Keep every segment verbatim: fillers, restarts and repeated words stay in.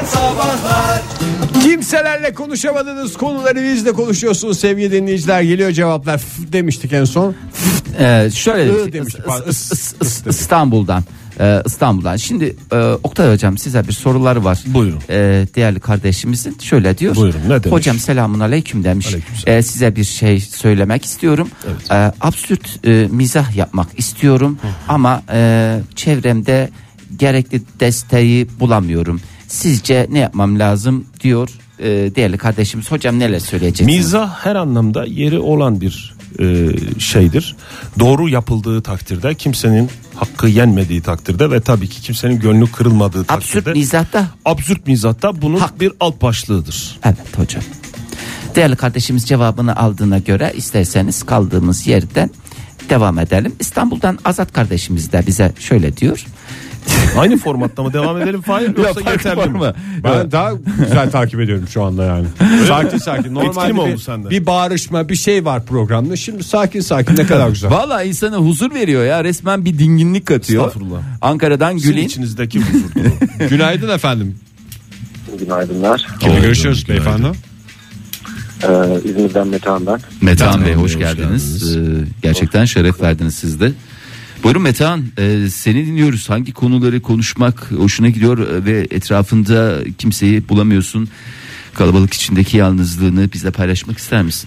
Modern Sabahlar. Kimselerle konuşamadığınız konuları bizle konuşuyorsunuz sevgili dinleyiciler. Geliyor cevaplar. F demiştik en son. Ee, şöyle I demiştik. İs- İs- İs- İstanbul'dan Ee, İstanbul'dan. Şimdi e, Oktay hocam size bir soruları var. Buyurun. Ee, değerli kardeşimizin şöyle diyor. Buyurun, ne demiş? Hocam selamun aleyküm demiş. Aleykümselam. Ee, size bir şey söylemek istiyorum. Evet. Ee, absürt e, mizah yapmak istiyorum ama e, çevremde gerekli desteği bulamıyorum. Sizce ne yapmam lazım diyor e, değerli kardeşimiz. Hocam neler söyleyeceksiniz? Mizah her anlamda yeri olan bir e, şeydir. Doğru yapıldığı takdirde, kimsenin hakkı yenmediği takdirde ve tabii ki kimsenin gönlü kırılmadığı takdirde. Absürt mizahta. Absürt mizahta bunun Hak. bir alt başlığıdır. Evet hocam. Değerli kardeşimiz cevabını aldığına göre isterseniz kaldığımız yerden devam edelim. İstanbul'dan Azat kardeşimiz de bize şöyle diyor. Aynı formatta mı devam edelim Fahir, yoksa farkı yeterli var mi? mı? Ben daha güzel takip ediyorum şu anda yani. Sakin sakin. Etkili mi Normalde oldu bir, sende? bir bağırışma bir şey var programda. Şimdi sakin sakin ne kadar güzel. Vallahi insana huzur veriyor ya, resmen bir dinginlik katıyor. Estağfurullah. Ankara'dan Sizin Gül'in. içinizdeki huzurdur. Günaydın efendim. Günaydınlar. Kimle görüşüyoruz beyefendi? Ee, İzmir'den Metehan ben. Metehan Bey Bey, hoş hoş geldiniz. Ee, gerçekten şeref verdiniz siz de. Buyurun Metehan, e, seni dinliyoruz. Hangi konuları konuşmak hoşuna gidiyor e, ve etrafında kimseyi bulamıyorsun. Kalabalık içindeki yalnızlığını bizle paylaşmak ister misin?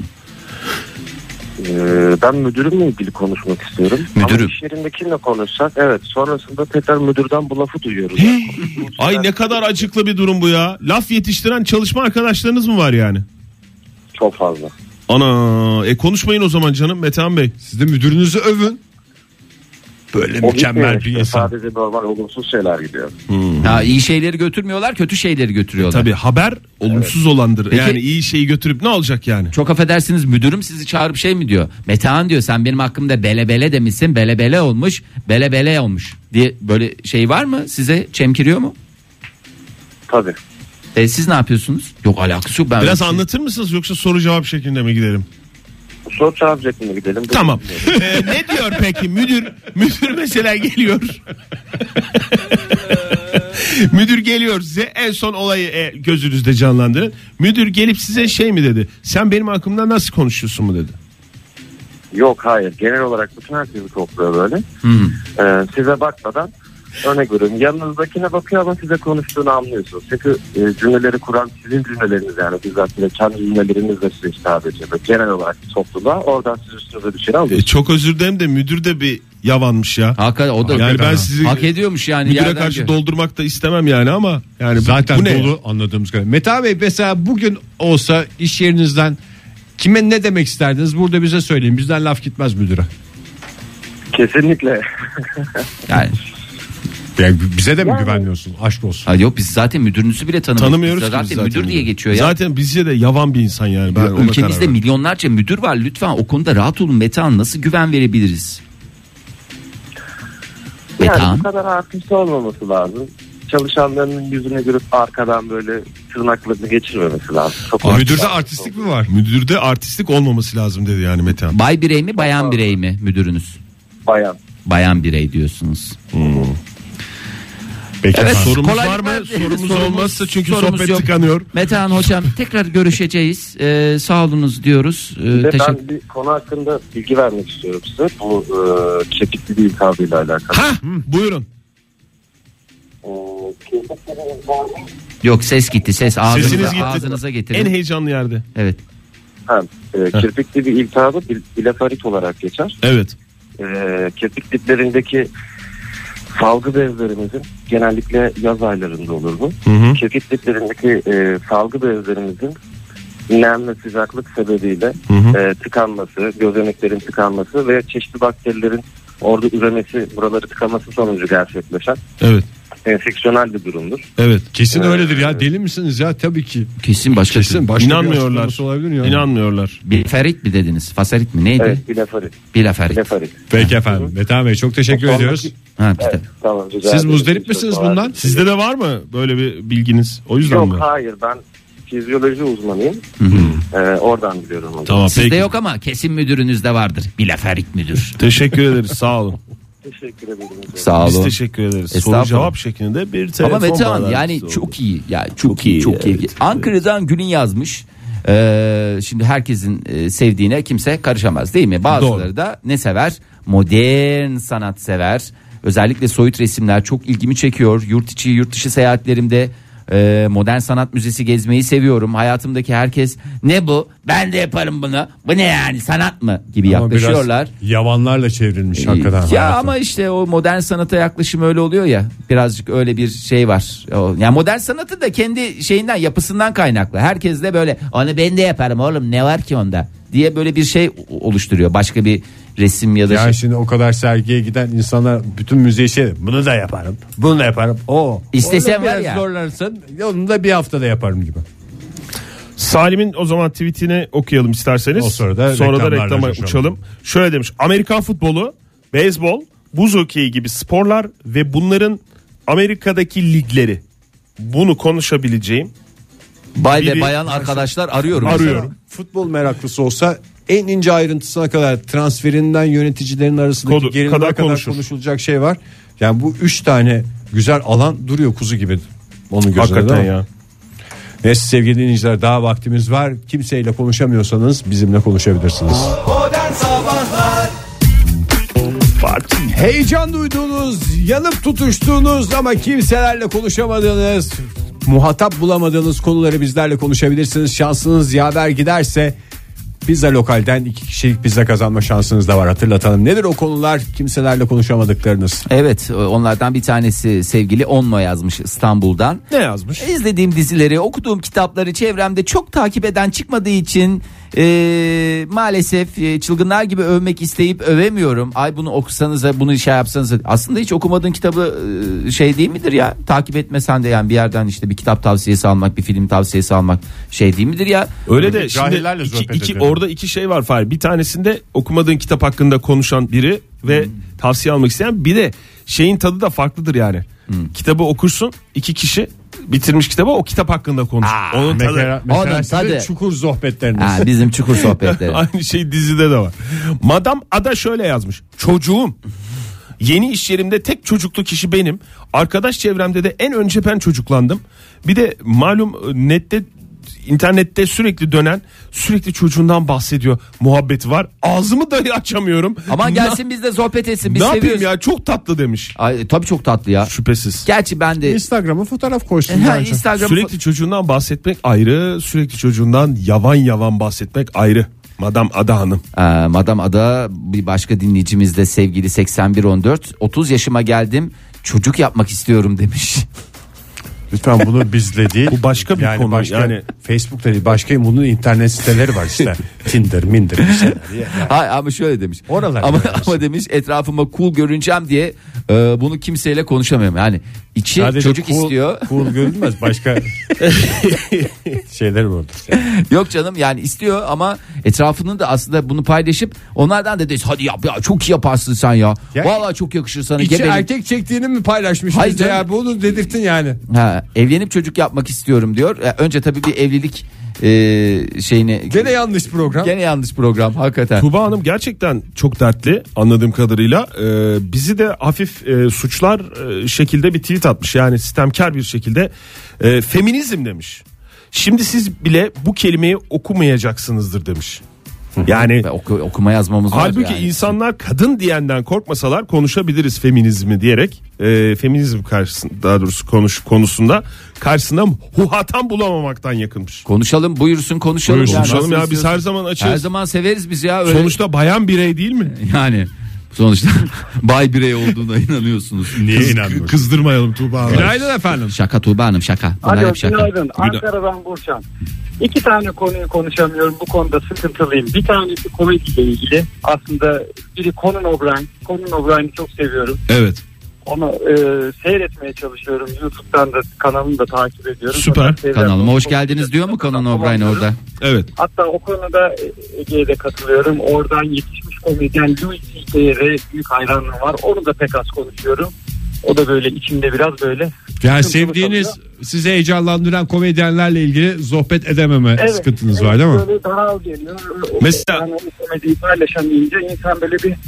Ee, ben müdürümle ilgili konuşmak istiyorum. Müdürüm. Ama iş yerindekiyle konuşsak, evet, sonrasında tekrar müdürden bu lafı duyuyoruz. Ay ne kadar acıklı bir durum bu ya. Laf yetiştiren çalışma arkadaşlarınız mı var yani? Çok fazla. Ana, e konuşmayın o zaman canım Metehan Bey. Siz de müdürünüzü övün. Böyle O mükemmel gitmiyor bir işte, insan. sadece normal olumsuz şeyler gidiyor. Ha, iyi şeyleri götürmüyorlar, kötü şeyleri götürüyorlar. Tabii haber olumsuz olandır. Peki- Yani iyi şeyi götürüp ne olacak yani? Çok affedersiniz, müdürüm sizi çağırıp şey mi diyor? Metehan diyor, sen benim hakkımda bele bele demişsin, bele bele olmuş, bele bele olmuş diye böyle şey var mı? Size çemkiriyor mu? Tabii. E, siz ne yapıyorsunuz? Yok alakası yok. Ben Biraz öyle bir şey- anlatır mısınız yoksa soru cevap şeklinde mi gidelim? Soru cevap şeklinde gidelim. Tamam. Ee, ne diyor peki müdür? Müdür mesela geliyor. Müdür geliyor size, en son olayı e, gözünüzde canlandırın. Müdür gelip size şey mi dedi? Sen benim hakkımda nasıl konuşuyorsun mu dedi? Yok, hayır. Genel olarak bütün herkesi topluyor böyle. Hı hı. Ee, size bakmadan örnek veriyorum. Yanınızdakine bakıyor ama size konuştuğunu anlıyorsunuz. Çünkü e, cümleleri kuran sizin cümleleriniz, yani bizzat bile kendi cümlelerinizle size hitap ediyor. Genel olarak topluluğa oradan siz üstünüze düşeni E, alıyorsunuz. çok özür dilerim de müdür de bir yavanmış ya. Hakikaten o da Yani ben sizi hak ediyormuş yani. müdüre yerden karşı gö- doldurmak da istemem yani ama yani bu- Zaten bu ne? dolu anladığımız kadarıyla. Mete Bey mesela bugün olsa iş yerinizden kime ne demek isterdiniz? Burada bize söyleyin. Bizden laf gitmez müdüre. Kesinlikle. Yani, Yani bize de mi Yani- güvenmiyorsun? Aşk olsun. ha, yok biz zaten müdürünüzü bile tanımıyoruz. Tanımıyoruz Biz ki zaten, biz zaten müdür diye geçiyor ya. Zaten bizce de yavan bir insan yani. Ben Ya, ona ülkemizde karar verdim. milyonlarca müdür var, lütfen o konuda rahat olun Metehan, nasıl güven verebiliriz? Yani Metehan. bu kadar artist olmaması lazım. Çalışanlarının yüzüne görüp arkadan böyle tırnaklarını geçirmemesi lazım. Çok O artist müdürde olması artistlik oldu. mi var? Müdürde artistlik olmaması lazım dedi yani Metehan. Bay birey mi bayan birey mi müdürünüz? Bayan. Bayan birey diyorsunuz. Peki Evet, efendim. Sorumuz kolaylık var mı? verdi. Sorumuz, Sorumuz- olmazsa çünkü sorumuz sohbet yok. tıkanıyor. Metehan hocam tekrar görüşeceğiz. Ee, sağ olunuz diyoruz. Ee, Bir de teşekkür. ben bir konu hakkında bilgi vermek istiyorum size. Bu e, kepikli bir tabirle alakalı. Ha, buyurun. E, kepiklerin var- Yok ses gitti, ses ağzınıza, Sesiniz gitti. ağzınıza getirin. En heyecanlı yerde. Evet. Ha, e, kirpikli bir iltihabı bil- bilafarit olarak geçer. Evet. E, kirpik diplerindeki salgı bezlerimizin genellikle yaz aylarında olur bu. Hı hı. Kirpik diplerindeki e, salgı bezlerimizin nem ve sıcaklık sebebiyle Hı hı. e, tıkanması, gözeneklerin tıkanması ve çeşitli bakterilerin orada üremesi, buraları tıkaması sonucu gerçekleşen Evet. enfeksiyonel bir durumdur. Evet. Kesin öyledir ya. Deli misiniz ya? Tabii ki. Kesin başka. Kesin. Başka İnanmıyorlar. bir açıklaması olabilir ya. İnanmıyorlar. Bilaferit mi dediniz? Faserit mi? Neydi? Evet, bilafarit. Bilaferit. Bilafarit. Peki efendim. Mete Bey çok teşekkür Sonraki- ediyoruz. Ha, biz de- Evet, tamam, rica Siz ederim. muzdarip Çok misiniz sağ olun. bundan? Sizde de var mı böyle bir bilginiz? O yüzden Yok, mi? hayır, ben fizyoloji uzmanıyım. Ee, oradan biliyorum onu. Tamam Sizde peki. yok ama kesin müdürünüzde vardır. Bilaferit müdür. Teşekkür ederiz, sağ olun. Teşekkür ederim. Sağ olun. Biz teşekkür ederiz. Soru cevap şeklinde bir telefon Ama Metehan bağlantısı yani oldu. çok iyi. Yani çok, Çok iyi, iyi, çok iyi. evet, Ankara'dan Gül'ün yazmış. Ee, şimdi herkesin e, sevdiğine kimse karışamaz değil mi? Bazıları Doğru. da ne sever? Modern sanat sever. Özellikle soyut resimler çok ilgimi çekiyor. Yurt içi yurt dışı seyahatlerimde e, modern sanat müzesi gezmeyi seviyorum. Hayatımdaki herkes ne bu? Ben de yaparım bunu. Bu ne yani, sanat mı? Gibi Ama yaklaşıyorlar. biraz yavanlarla çevrilmiş hakikaten. Ya hayatım. ama işte o modern sanata yaklaşım öyle oluyor ya. Birazcık öyle bir şey var. O, yani modern sanatı da kendi şeyinden, yapısından kaynaklı. Herkes de böyle onu ben de yaparım oğlum, ne var ki onda diye böyle bir şey oluşturuyor. Başka bir resim ya da Yani şey. şimdi o kadar sergiye giden insanlar bütün müziği şey, bunu da yaparım, bunu da yaparım. O İstesem Orada var biraz ya. zorlanırsın, onu da bir haftada yaparım gibi. Salim'in o zaman tweetini okuyalım isterseniz. O sırada Sonra da reklamlarla reklama coşalım. uçalım. Şöyle demiş: Amerikan futbolu, beyzbol, buz hokeyi gibi sporlar ve bunların Amerika'daki ligleri. Bunu konuşabileceğim. Bay ve biri- bayan arkadaşlar arıyorum. Arıyorum. Futbol meraklısı olsa en ince ayrıntısına kadar, transferinden yöneticilerin arasındaki Kodu- gerilimler kadar kadar konuşur. konuşulacak şey var. Yani bu üç tane güzel alan duruyor kuzu gibi onun gözünde. Hakikaten değil mi? ya. Neyse sevgili dinleyiciler, daha vaktimiz var. Kimseyle konuşamıyorsanız bizimle konuşabilirsiniz. Parti. Heyecan duyduğunuz, yanıp tutuştuğunuz ama kimselerle konuşamadığınız, muhatap bulamadığınız konuları bizlerle konuşabilirsiniz. Şansınız yaver giderse Pizza Lokal'den iki kişilik pizza kazanma şansınız da var. Hatırlatalım. Nedir o konular? Kimselerle konuşamadıklarınız. Evet, onlardan bir tanesi sevgili Onmo yazmış İstanbul'dan. Ne yazmış? İzlediğim dizileri, okuduğum kitapları çevremde çok takip eden çıkmadığı için e, maalesef e, çılgınlar gibi övmek isteyip övemiyorum. Ay bunu okusanız da, bunu şey yapsanız da. Aslında hiç okumadığın kitabı e, şey değil midir ya? Takip etmesen de yani bir yerden işte bir kitap tavsiyesi almak, bir film tavsiyesi almak şey değil midir ya? Öyle de şimdi Cahillerle iki, sohbet iki, edelim. orada iki şey var Fahir. Bir tanesinde okumadığın kitap hakkında konuşan biri ve Hmm. tavsiye almak isteyen, bir de şeyin tadı da farklıdır yani. Hmm. Kitabı okursun, iki kişi bitirmiş kitabı, o kitap hakkında konuş. Onun tadı Mesela, mesela Onun sizin tadı. çukur sohbetleriniz. Ha, bizim çukur sohbetleri. aynı şey dizide de var. Madam Ada şöyle yazmış: çocuğum. Yeni iş yerimde tek çocuklu kişi benim. Arkadaş çevremde de en önce ben çocuklandım. Bir de malum nette, internette sürekli dönen, sürekli çocuğundan bahsediyor muhabbeti var. Ağzımı dahi açamıyorum. Ama Ne- gelsin biz de sohbet etsin. Biz ne yapayım seviyoruz. ya, çok tatlı demiş. Ay, tabii çok tatlı ya. Şüphesiz. Gerçi ben de Instagram'a fotoğraf koysun. ha, bence. Instagram Sürekli çocuğundan bahsetmek ayrı, sürekli çocuğundan yavan yavan bahsetmek ayrı. Madam Ada Hanım. Ee, Madam Ada, bir başka dinleyicimiz de sevgili seksen bir on dört, otuz yaşıma geldim, çocuk yapmak istiyorum demiş. Lütfen bunu bizle değil. Bu başka bir yani konu. Başka, Yani- Facebook'ta değil. Başka bunun internet siteleri var işte. Tinder, Minder. bir şeyler. Yani Hayır ama şöyle demiş. Oralar ama yani. ama demiş etrafıma cool görüneceğim diye e, bunu kimseyle konuşamıyorum. Yani içi sadece çocuk cool- istiyor. Cool görünmez. Başka şeyler vardır. Yok canım, yani istiyor ama etrafının da aslında bunu paylaşıp onlardan da demiş hadi yap ya, çok iyi yaparsın sen ya. Ya- Vallahi çok yakışır sana. İçi gebelim. erkek çektiğini mi paylaşmış? Hayır Bize canım. ya bunu dedirttin yani. Ha, evlenip çocuk yapmak istiyorum diyor. E, önce tabii bir evlilik e, şeyini Gene yanlış program. Gene yanlış program hakikaten. Tuğba Hanım gerçekten çok dertli anladığım kadarıyla. Ee, bizi de hafif e, suçlar e, şekilde bir tweet atmış. Yani sistemkar bir şekilde e, feminizm demiş. Şimdi siz bile bu kelimeyi okumayacaksınızdır demiş. Yani Ve oku- okuma yazmamız var. halbuki yani. insanlar kadın diyenden korkmasalar konuşabiliriz feminizmi diyerek, e, feminizm karşısında, daha doğrusu konuş konusunda karşısında huhatam bulamamaktan yakınmış. Konuşalım, buyursun konuşalım. Buyursun, Yani konuşalım nasıl ya, biz istiyorsun? her zaman açığız. Her zaman severiz biz ya. Öyle. Sonuçta bayan birey değil mi? Yani sonuçta bay birey olduğuna inanıyorsunuz. Niye Kız- inanmıyorsun? Kızdırmayalım Tuğba Hanım. Günaydın efendim. Şaka Tuğba Hanım, şaka. Bunlar Alo, hep şaka. günaydın. Ankara'dan Burçan. İki tane konuyu konuşamıyorum. Bu konuda sıkıntılıyım. Bir tanesi komediyle ilgili. Aslında biri Conan O'Brien. Conan O'Brien'i çok seviyorum. Evet. Onu e, seyretmeye çalışıyorum. YouTube'dan da kanalını da takip ediyorum. Süper. Fakat seyreden- Kanalıma hoş geldiniz diyor mu Conan O'Brien orada? Evet. Hatta o konuda Ege'ye de katılıyorum. Oradan yetişmiş komedyen Louis C K'ye büyük hayranlığım var. Onu da pek az konuşuyorum. O da böyle içimde biraz böyle. Yani sıkıntılı sevdiğiniz, kalıyor. sizi heyecanlandıran komedyenlerle ilgili sohbet edememe Evet, sıkıntınız evet, var değil mi? Böyle daral geliyor. O- Mesela- yani o komediyi paylaşamayınca insan böyle bir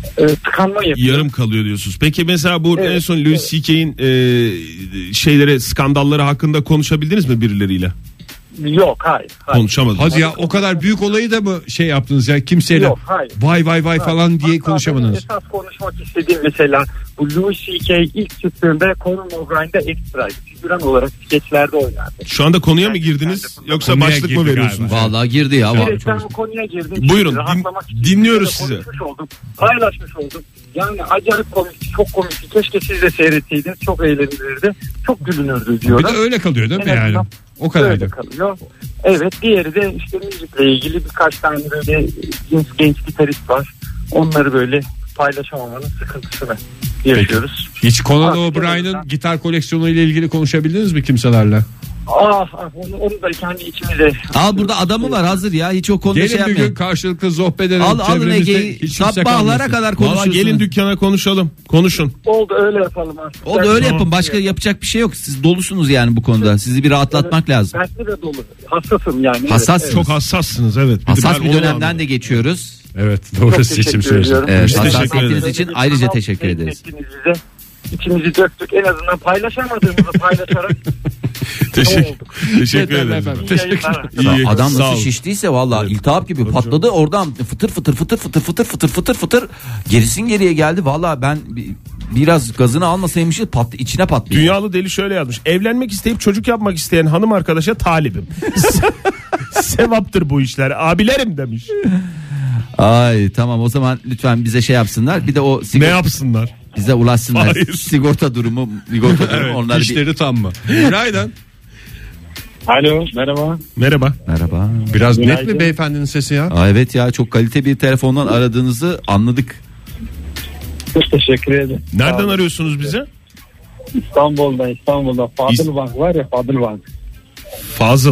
e, tıkanma yapıyor. Yarım kalıyor diyorsunuz. Peki mesela bu Evet, en son Louis evet. C K'in e, şeyleri, skandalları hakkında konuşabildiniz mi birileriyle? Yok hayır. hayır. Konuşamadım. Hadi ya, o kadar büyük olayı da mı şey yaptınız ya kimseyle? Yok, hayır. Vay vay vay falan diye Hatta konuşamadınız. benim esas konuşmak istediğim mesela bu Louis C K ilk çıktığında Conan O'Brien'de ekstra figüran olarak skeçlerde oynardı. Şu anda konuya mı girdiniz yoksa Konuya başlık mı girdik veriyorsunuz? galiba. Vallahi girdi ya. Evet, ben bu konuya girdim. Buyurun, Şimdi rahatlamak din- için dinliyoruz sizinle sizi. Konuşmuş oldum, paylaşmış oldum. Yani acayip komik, çok komik. Keşke siz de seyretseydiniz, çok eğlenilirdi. Çok gülünürdü Bir diyorlar. de öyle kalıyor değil mi En yani? azından O kadar öyle da. kalıyor. Evet, diğeri de işte müzikle ilgili birkaç tane böyle genç, genç gitarist var. Onları böyle paylaşamamanın sıkıntısını yaşıyoruz. Hiç Conan Artık O'Brien'in yanımızdan- gitar koleksiyonu ile ilgili konuşabildiniz mi kimselerle? Ah, ah onu, onu da kendi içimize. Al burada adamı var hazır ya. Hiç o konuda Gelin şey bir gün yapmayın. karşılıklı sohbet edelim. Al alın Çevremizde Ege'yi hiç kimse sabahlara kalmasın. kadar Valla konuşursunuz. gelin dükkana konuşalım. Konuşun. Oldu, öyle yapalım artık. O da Ben- öyle yapın. Başka yapacak bir şey yok. Siz dolusunuz yani bu konuda. Sizi bir rahatlatmak lazım. Dertli ve dolu. Hassasım yani. Hassas. Evet, Çok hassassınız evet. Bir de Hassas ben bir onu dönemden anladım. de geçiyoruz. Evet, Çok doğru teşekkür seçim süreci. ediyorum. Evet, Biz teşekkür hassasiyetiniz ederiz. için Bir ayrıca kanal teşekkür temin ederiz. ettiniz bize. İçimizi döktük. En azından paylaşamadığımızı paylaşarak Teşekkür, olduk. teşekkür Yeterli ederiz. efendim. İyi yayınlar. İyi, Adam sağ nasıl olun. şiştiyse valla iltihap gibi patladı. Oradan fıtır fıtır fıtır fıtır fıtır fıtır fıtır fıtır gerisin geriye geldi. Valla ben bi- biraz gazını almasaymışız pat içine patlayacak. Dünyalı deli şöyle yazmış. Evlenmek isteyip çocuk yapmak isteyen hanım arkadaşa talibim. Sevaptır bu işler. Abilerim demiş. Ay tamam o zaman lütfen bize şey yapsınlar. Bir de o Ne sigorta yapsınlar? bize ulaşsınlar. Hayır. Sigorta durumu, sigorta durumu onları bir... İşleri tam mı? Günaydın. Alo, merhaba. Merhaba. Merhaba. Biraz net Günaydın. mi beyefendinin sesi ya? Aa, evet ya çok kalite bir telefondan aradığınızı anladık. Çok teşekkür ederim. Nereden arıyorsunuz bizi? İstanbul'da, İstanbul'da. İs- Fadıl Bank var ya, Fadıl Bank. Fazıl.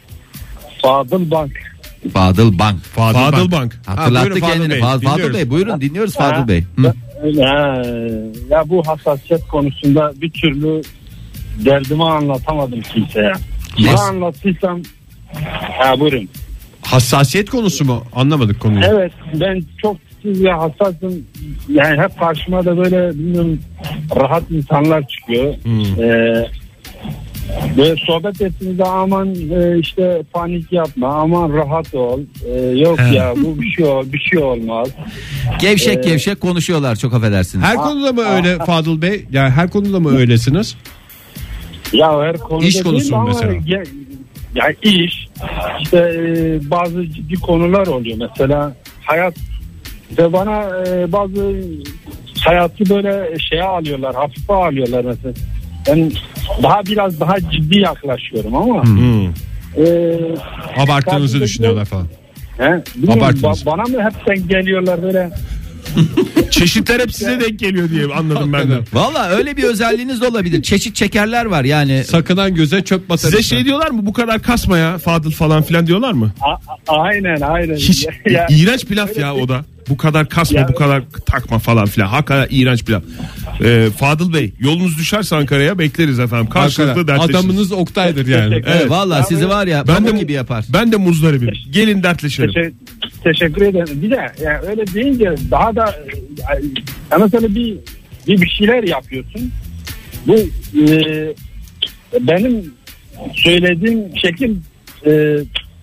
Fadıl Bank. Fadıl Bank. Fadıl Bank. Hatırlattı buyurun Fadıl kendini. Bey, Fadıl, Fadıl dinliyoruz. Bey buyurun dinliyoruz Fadıl Ha. Bey. Hı. Ya, ya bu hassasiyet konusunda bir türlü derdimi anlatamadım kimseye. Ne Nasıl? anlattıysam, ha buyurun. Hassasiyet konusu mu? Anlamadık konuyu. Evet, ben çok titiz ve hassasım. Yani hep karşıma da böyle bilmiyorum rahat insanlar çıkıyor. Ee, böyle sohbet ettiğinizde aman e, işte panik yapma, aman rahat ol. Ee, yok ya bu bir şey ol, bir şey olmaz. Gevşek Ee, gevşek konuşuyorlar çok affedersiniz. Her konuda mı öyle Fadıl Bey? Yani her konuda mı öylesiniz? Ya her konuda İş konusu değil mu ama mesela? ge- yani iş işte e, bazı ciddi konular oluyor mesela hayat ve bana e, bazı hayatı böyle şeye alıyorlar, hafife alıyorlar mesela. Ben daha biraz daha ciddi yaklaşıyorum ama Hmm. e, Abarttığınızı karşımdaki- düşünüyorlar falan. He, bilmiyorum, Abarttınız. ba- bana mı hep sen geliyorlar böyle? Çeşitler hep size denk geliyor diye anladım ben de. Valla öyle bir özelliğiniz de olabilir. Çeşit çekerler var yani. Sakınan göze çöp batar. Size işte. şey diyorlar mı bu kadar kasma ya Fadıl falan filan diyorlar mı? A- a- aynen aynen. Hiç Ya- iğrenç bir laf ya o da. Bu kadar kasma Ya- bu kadar takma falan filan. Hakikaten iğrenç bir laf. Ee, Fadıl Bey yolunuz düşerse Ankara'ya bekleriz efendim. Karşılıklı Hakikaten. Adamınız. Adamınız Oktay'dır yani. Teşekkür Evet, valla Ya sizi böyle- var ya Ben pamuk de- gibi yapar. Ben de muzdaribim. Gelin dertleşelim. Teşekkür, teşekkür ederim. Bir de yani öyle deyince daha da yani, ya mesela bir, bir bir şeyler yapıyorsun. Bu e, benim söylediğim şekil e,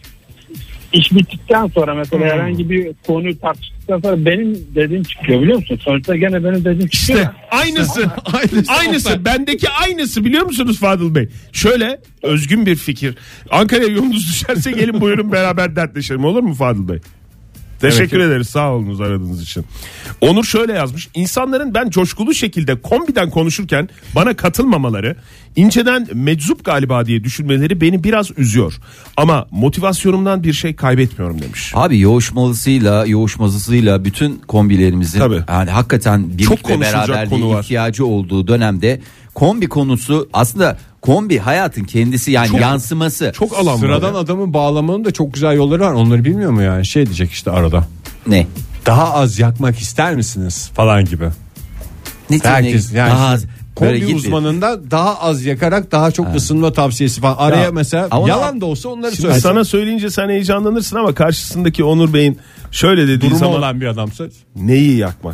iş bittikten sonra mesela Hmm. herhangi bir konu tartıştıktan sonra benim dediğim çıkıyor biliyor musun? Sonuçta gene benim dediğim çıkıyor. İşte aynısı. Aynısı. Aynısı. Bendeki aynısı biliyor musunuz Fadıl Bey? Şöyle özgün bir fikir. Ankara'ya yolunuz düşerse gelin buyurun beraber dertleşelim olur mu Fadıl Bey? Teşekkür Evet. ederiz sağ olunuz aradığınız için. Onur şöyle yazmış. İnsanların ben coşkulu şekilde kombiden konuşurken bana katılmamaları, inceden meczup galiba diye düşünmeleri beni biraz üzüyor. Ama motivasyonumdan bir şey kaybetmiyorum demiş. Abi yoğuşmalısıyla yoğuşmazısıyla bütün kombilerimizin Tabii. yani hakikaten Çok birlik ve konuşulacak beraberliğe konu var. ihtiyacı olduğu dönemde kombi konusu aslında kombi hayatın kendisi yani Çok- yansıması. Çok alan var. Sıradan ya. adamın bağlamanın da çok güzel yolları var. Onları bilmiyor mu yani? Şey diyecek işte arada. Ne? Daha az yakmak ister misiniz falan gibi. Ne Herkes yani daha az- böyle kombi git- uzmanında daha az yakarak daha çok ısınma tavsiyesi falan. Araya Ya, mesela ama yalan da olsa onları Şimdi söyle. sana söyleyince sen heyecanlanırsın ama karşısındaki Onur Bey'in şöyle dediği Durumu zaman olan bir adamsa neyi yakmak?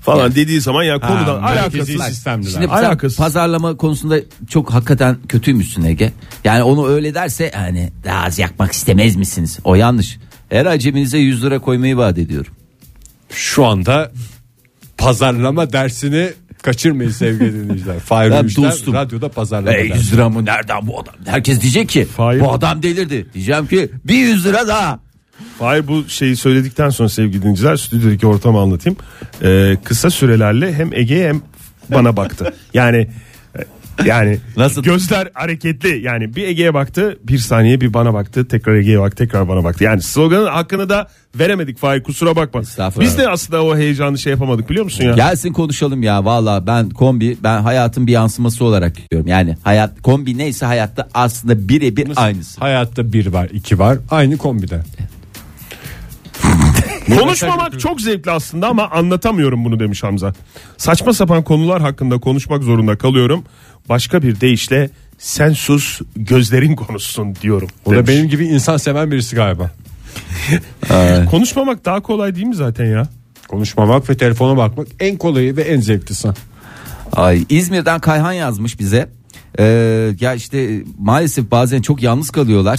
falan Yani. dediği zaman ya konudan merkezi alakasız. sistemliler. Şimdi sen Alakasız. pazarlama konusunda çok hakikaten kötüymüşsün Ege. Yani onu öyle derse hani daha az yakmak istemez misiniz? O yanlış. Her ay cebinize yüz lira koymayı vaat ediyorum. Şu anda pazarlama dersini kaçırmayın sevgili dinleyiciler. Fahir Ben Öğünç'ten dostum. radyoda pazarlama E, dersi. yüz lira mı nereden bu adam? Herkes diyecek ki Hayır. bu adam delirdi. Diyeceğim ki bir yüz lira daha. Hayır, bu şeyi söyledikten sonra sevgili dinleyiciler stüdyodaki ortamı anlatayım. Ee, kısa sürelerle hem Ege'ye hem bana baktı. Yani yani Nasıl? gözler hareketli. Yani bir Ege'ye baktı, bir saniye bir bana baktı, tekrar Ege'ye baktı, tekrar bana baktı. Yani sloganın hakkını da veremedik Fahir, kusura bakma. Estağfurullah. Biz de aslında o heyecanı şey yapamadık biliyor musun ya? Gelsin konuşalım ya, valla ben kombi, ben hayatın bir yansıması olarak diyorum. Yani hayat kombi neyse hayatta aslında birebir aynısı. Hayatta bir var, iki var. Aynı kombide. Konuşmamak çok zevkli aslında ama anlatamıyorum bunu demiş Hamza. Saçma sapan konular hakkında konuşmak zorunda kalıyorum. Başka bir deyişle sen sus gözlerin konuşsun diyorum. O da demiş. benim gibi insan seven birisi galiba. Konuşmamak daha kolay değil mi zaten ya? Konuşmamak ve telefona bakmak en kolayı ve en zevklisi. Ay, İzmir'den Kayhan yazmış bize. Ee, ya işte maalesef bazen çok yalnız kalıyorlar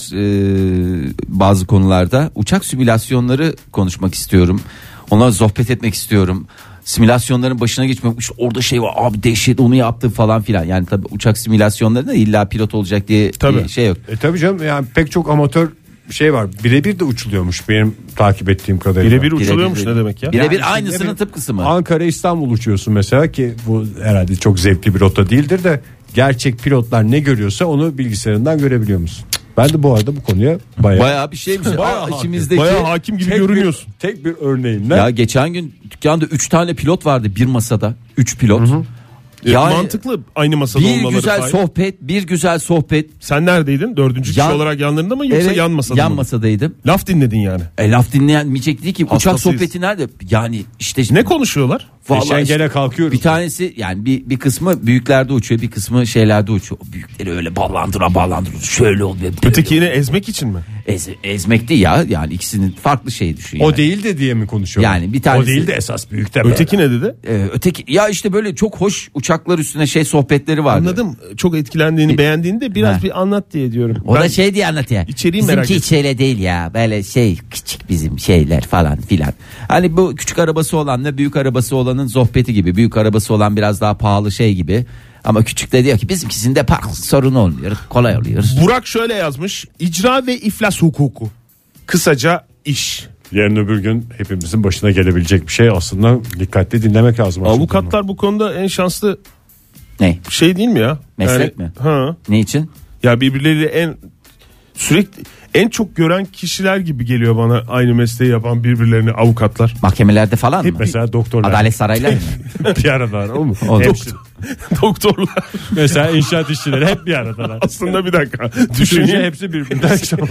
ee, bazı konularda. Uçak simülasyonları konuşmak istiyorum. Onlarla sohbet etmek istiyorum. Simülasyonların başına geçmek, işte orada şey var abi, dehşet onu yaptı falan filan. Yani tabii uçak simülasyonlarında illa pilot olacak diye Tabii. bir şey yok. E tabii canım, yani pek çok amatör şey var. Birebir de uçuluyormuş benim takip ettiğim kadarıyla. Birebir uçuluyormuş Birebir- ne demek ya? Birebir Yani aynısının şimdi tıpkısı mı? Ankara İstanbul uçuyorsun mesela, ki bu herhalde çok zevkli bir rota değildir de gerçek pilotlar ne görüyorsa onu bilgisayarından görebiliyor musun? Ben de bu arada bu konuya bayağı Bayağı bir şeymiş. Bayağı Aa, hakim. içimizdeki Bayağı hakim gibi tek görünüyorsun. bir, tek bir örneğinle ya geçen gün dükkanda üç tane pilot vardı bir masada. Üç pilot. E, Yani mantıklı aynı masada bir olmaları. güzel Fahir. sohbet, bir güzel sohbet. Sen neredeydin? Dördüncü kişi Yan- olarak yanlarında mı yoksa Evet, yan masada yan mı? masadaydım. Laf dinledin yani. E, laf dinleyemeyecek değil ki. Uçak Hastasıyız. sohbeti nerede? Yani işte Ne konuşuyorlar? vallahi Geçen işte gene kalkıyoruz. bir tanesi, yani bir bir kısmı büyüklerde uçuyor, bir kısmı şeylerde uçuyor. O büyükleri öyle ballandıra ballandıra şöyle oluyor. böyle Ötekini oluyor. ezmek için mi? Ez, ezmek değil ya, yani ikisinin farklı şeyi düşün. Yani. O değil de diye mi konuşuyorlar? Yani bir tanesi- O değil de esas büyük de böyle. Öteki ne dedi? Ee, öteki ya işte böyle çok hoş uçaklar üstüne şey sohbetleri vardı. Anladım. Çok etkilendiğini, Bir- beğendiğini de biraz Ha. bir anlat diye diyorum. O Ben- da şey diye anlatıyor. İçeriği merak Bizimki hiç öyle değil ya. Böyle şey küçük bizim şeyler falan filan. Hani bu küçük arabası olanla büyük arabası olanın sohbeti gibi. Büyük arabası olan biraz daha pahalı şey gibi. Ama küçük de diyor ki bizimkisinde park sorunu olmuyor. Kolay oluyor. Burak şöyle yazmış. İcra ve iflas hukuku. Kısaca iş. Yarın öbür gün hepimizin başına gelebilecek bir şey, aslında dikkatli dinlemek lazım. aslında. Avukatlar bu konuda en şanslı Ne? şey değil mi ya? Meslek mi? Ha. Ne için? Ya birbirleriyle en sürekli en çok gören kişiler gibi geliyor bana aynı mesleği yapan birbirlerini avukatlar. Mahkemelerde falan Hep mı? mesela doktorlar Adalet sarayları mı? bir aradalar, o mu? O- Hepsi. Doktorlar. Mesela inşaat işçileri hep bir aradalar. Aslında bir dakika. Düşünce Düşünce hepsi birbirinden şanslı.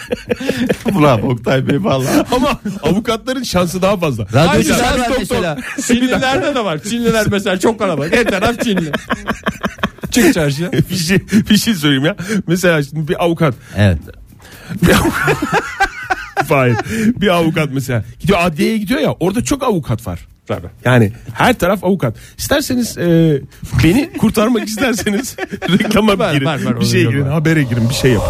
Bravo Oktay Bey vallahi. ama avukatların şansı daha fazla. Radyocular Mesela var doktor- mesela. Çinlilerde de var. Çinliler mesela çok kalabalık. Her taraf Çinli. Çık çarşıya. bir şey bir şey söyleyeyim ya. Mesela şimdi bir avukat Evet. bir avukat Hayır. Bir avukat mesela gidiyor adliyeye gidiyor ya, orada çok avukat var. Tabii. Yani her taraf avukat. İsterseniz e, beni kurtarmak isterseniz reklama Var, girin. var, var, bir şey onun girin, var. habere girin, bir şey yapın.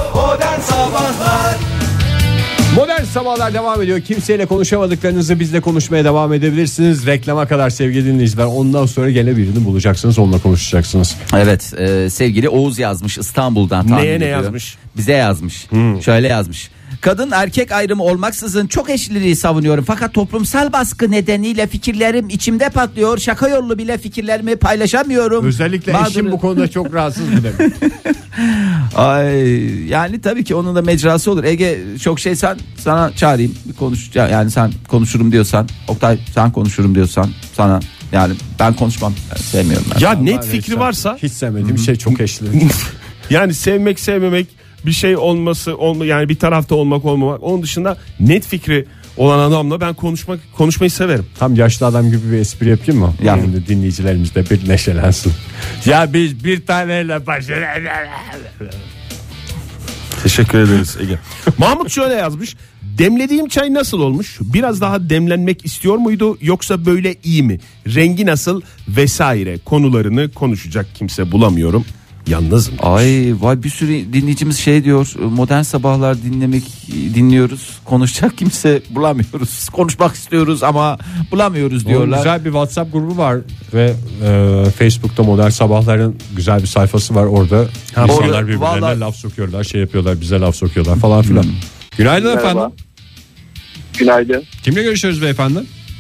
Modern Sabahlar devam ediyor. Kimseyle konuşamadıklarınızı bizle konuşmaya devam edebilirsiniz. Reklama kadar sevgili dinleyiciler. Ondan sonra gene birini bulacaksınız, onunla konuşacaksınız. Evet, e, sevgili Oğuz yazmış İstanbul'dan. tahmin Neye ne ediyorum. yazmış? Bize yazmış. Şöyle yazmış. Kadın erkek ayrımı olmaksızın çok eşliliği savunuyorum. Fakat toplumsal baskı nedeniyle fikirlerim içimde patlıyor. Şaka yollu bile fikirlerimi paylaşamıyorum. Özellikle Mağdur- eşim bu konuda çok rahatsız mı demek? Ay, yani tabii ki onun da mecrası olur. Ege çok şey, sen sana çağırayım bir konuş, yani sen konuşurum diyorsan, Oktay sen konuşurum diyorsan sana, yani ben konuşmam, ben sevmiyorum ben. Ya net Var fikri ya, varsa hiç sevmediğim şey çok eşli. yani sevmek sevmemek bir şey olması olma, yani bir tarafta olmak olmamak, onun dışında net fikri olan adamla ben konuşmak konuşmayı severim. Tam yaşlı adam gibi bir espri yapayım mı? Yap. Yani dinleyicilerimiz de bir neşelensin. Ya biz bir taneyle başına... Teşekkür ederiz Ege. Mahmut şöyle yazmış. Demlediğim çay nasıl olmuş? Biraz daha demlenmek istiyor muydu yoksa böyle iyi mi? Rengi nasıl vesaire konularını konuşacak kimse bulamıyorum. Yalnızım. Ay vay, bir sürü dinleyicimiz şey diyor, modern sabahlar dinlemek dinliyoruz, konuşacak kimse bulamıyoruz, konuşmak istiyoruz ama bulamıyoruz diyorlar. Onun güzel bir WhatsApp grubu var ve e, Facebook'ta Modern Sabahlar'ın güzel bir sayfası var, orada ha, insanlar orada, birbirlerine vallahi... laf sokuyorlar, şey yapıyorlar, bize laf sokuyorlar falan filan. Hmm. Günaydın Merhaba. Efendim. Günaydın. Kimle görüşüyoruz beyefendi?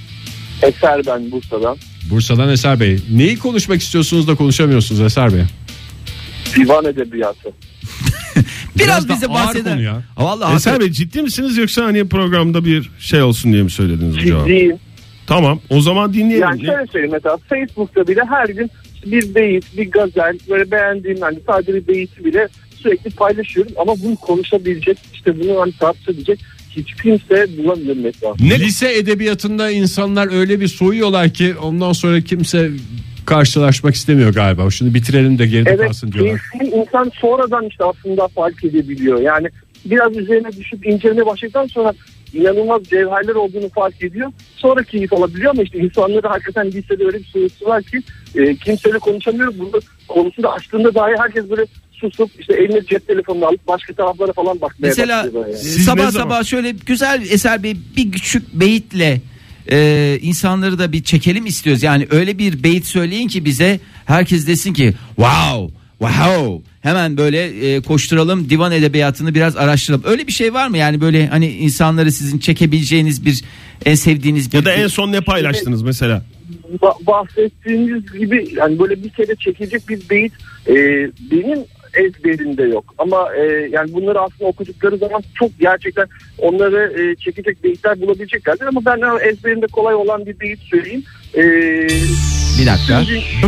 Eser ben, Bursa'dan. Bursa'dan Eser Bey. Neyi konuşmak istiyorsunuz da konuşamıyorsunuz Eser Bey? Divan edebiyatı. Biraz, Biraz bize bahseder. Vallahi Eser Bey, ciddi misiniz yoksa hani programda bir şey olsun diye mi söylediniz bu cevabı? Ciddiyim. Tamam, o zaman dinleyelim. Yani şöyle söyleyeyim, mesela Facebook'ta bile her gün bir beyit, bir gazel, böyle beğendiğim, hani sadece bir beyti bile sürekli paylaşıyorum ama bunu konuşabilecek, işte bunu hani tartışabilecek hiç kimse bulamıyorum mesela. Ne? Lise edebiyatında insanlar öyle bir soğuyorlar ki ondan sonra kimse karşılaşmak istemiyor galiba. Şunu bitirelim de geride evet, kalsın diyorlar. Evet, insan sonradan işte aslında fark edebiliyor. Yani biraz üzerine düşüp incelemeye başladıktan sonra inanılmaz cevherler olduğunu fark ediyor. Sonra keyif alabiliyor ama işte insanları hakikaten lisede öyle bir sorusu var ki e, kimseyle konuşamıyor. Bunu konusunda açtığında dahi herkes böyle susup işte eline cep telefonunu alıp başka taraflara falan bakmaya mesela başlıyor. Yani. Sabah sabah şöyle güzel Eser Bey bir küçük beyitle e, insanları da bir çekelim istiyoruz. Yani öyle bir beyit söyleyin ki bize herkes desin ki wow wow, hemen böyle e, koşturalım, divan edebiyatını biraz araştıralım. Öyle bir şey var mı yani, böyle hani insanları sizin çekebileceğiniz bir, en sevdiğiniz bir... Ya da en son ne paylaştınız mesela? Ba- bahsettiğiniz gibi yani böyle bir kere çekecek bir beyit e, benim ezberimde yok. Ama e, yani bunları aslında okudukları zaman çok gerçekten onları e, çekecek beyitler bulabileceklerdir. Ama ben ezberimde kolay olan bir beyit söyleyeyim. E, bir dakika.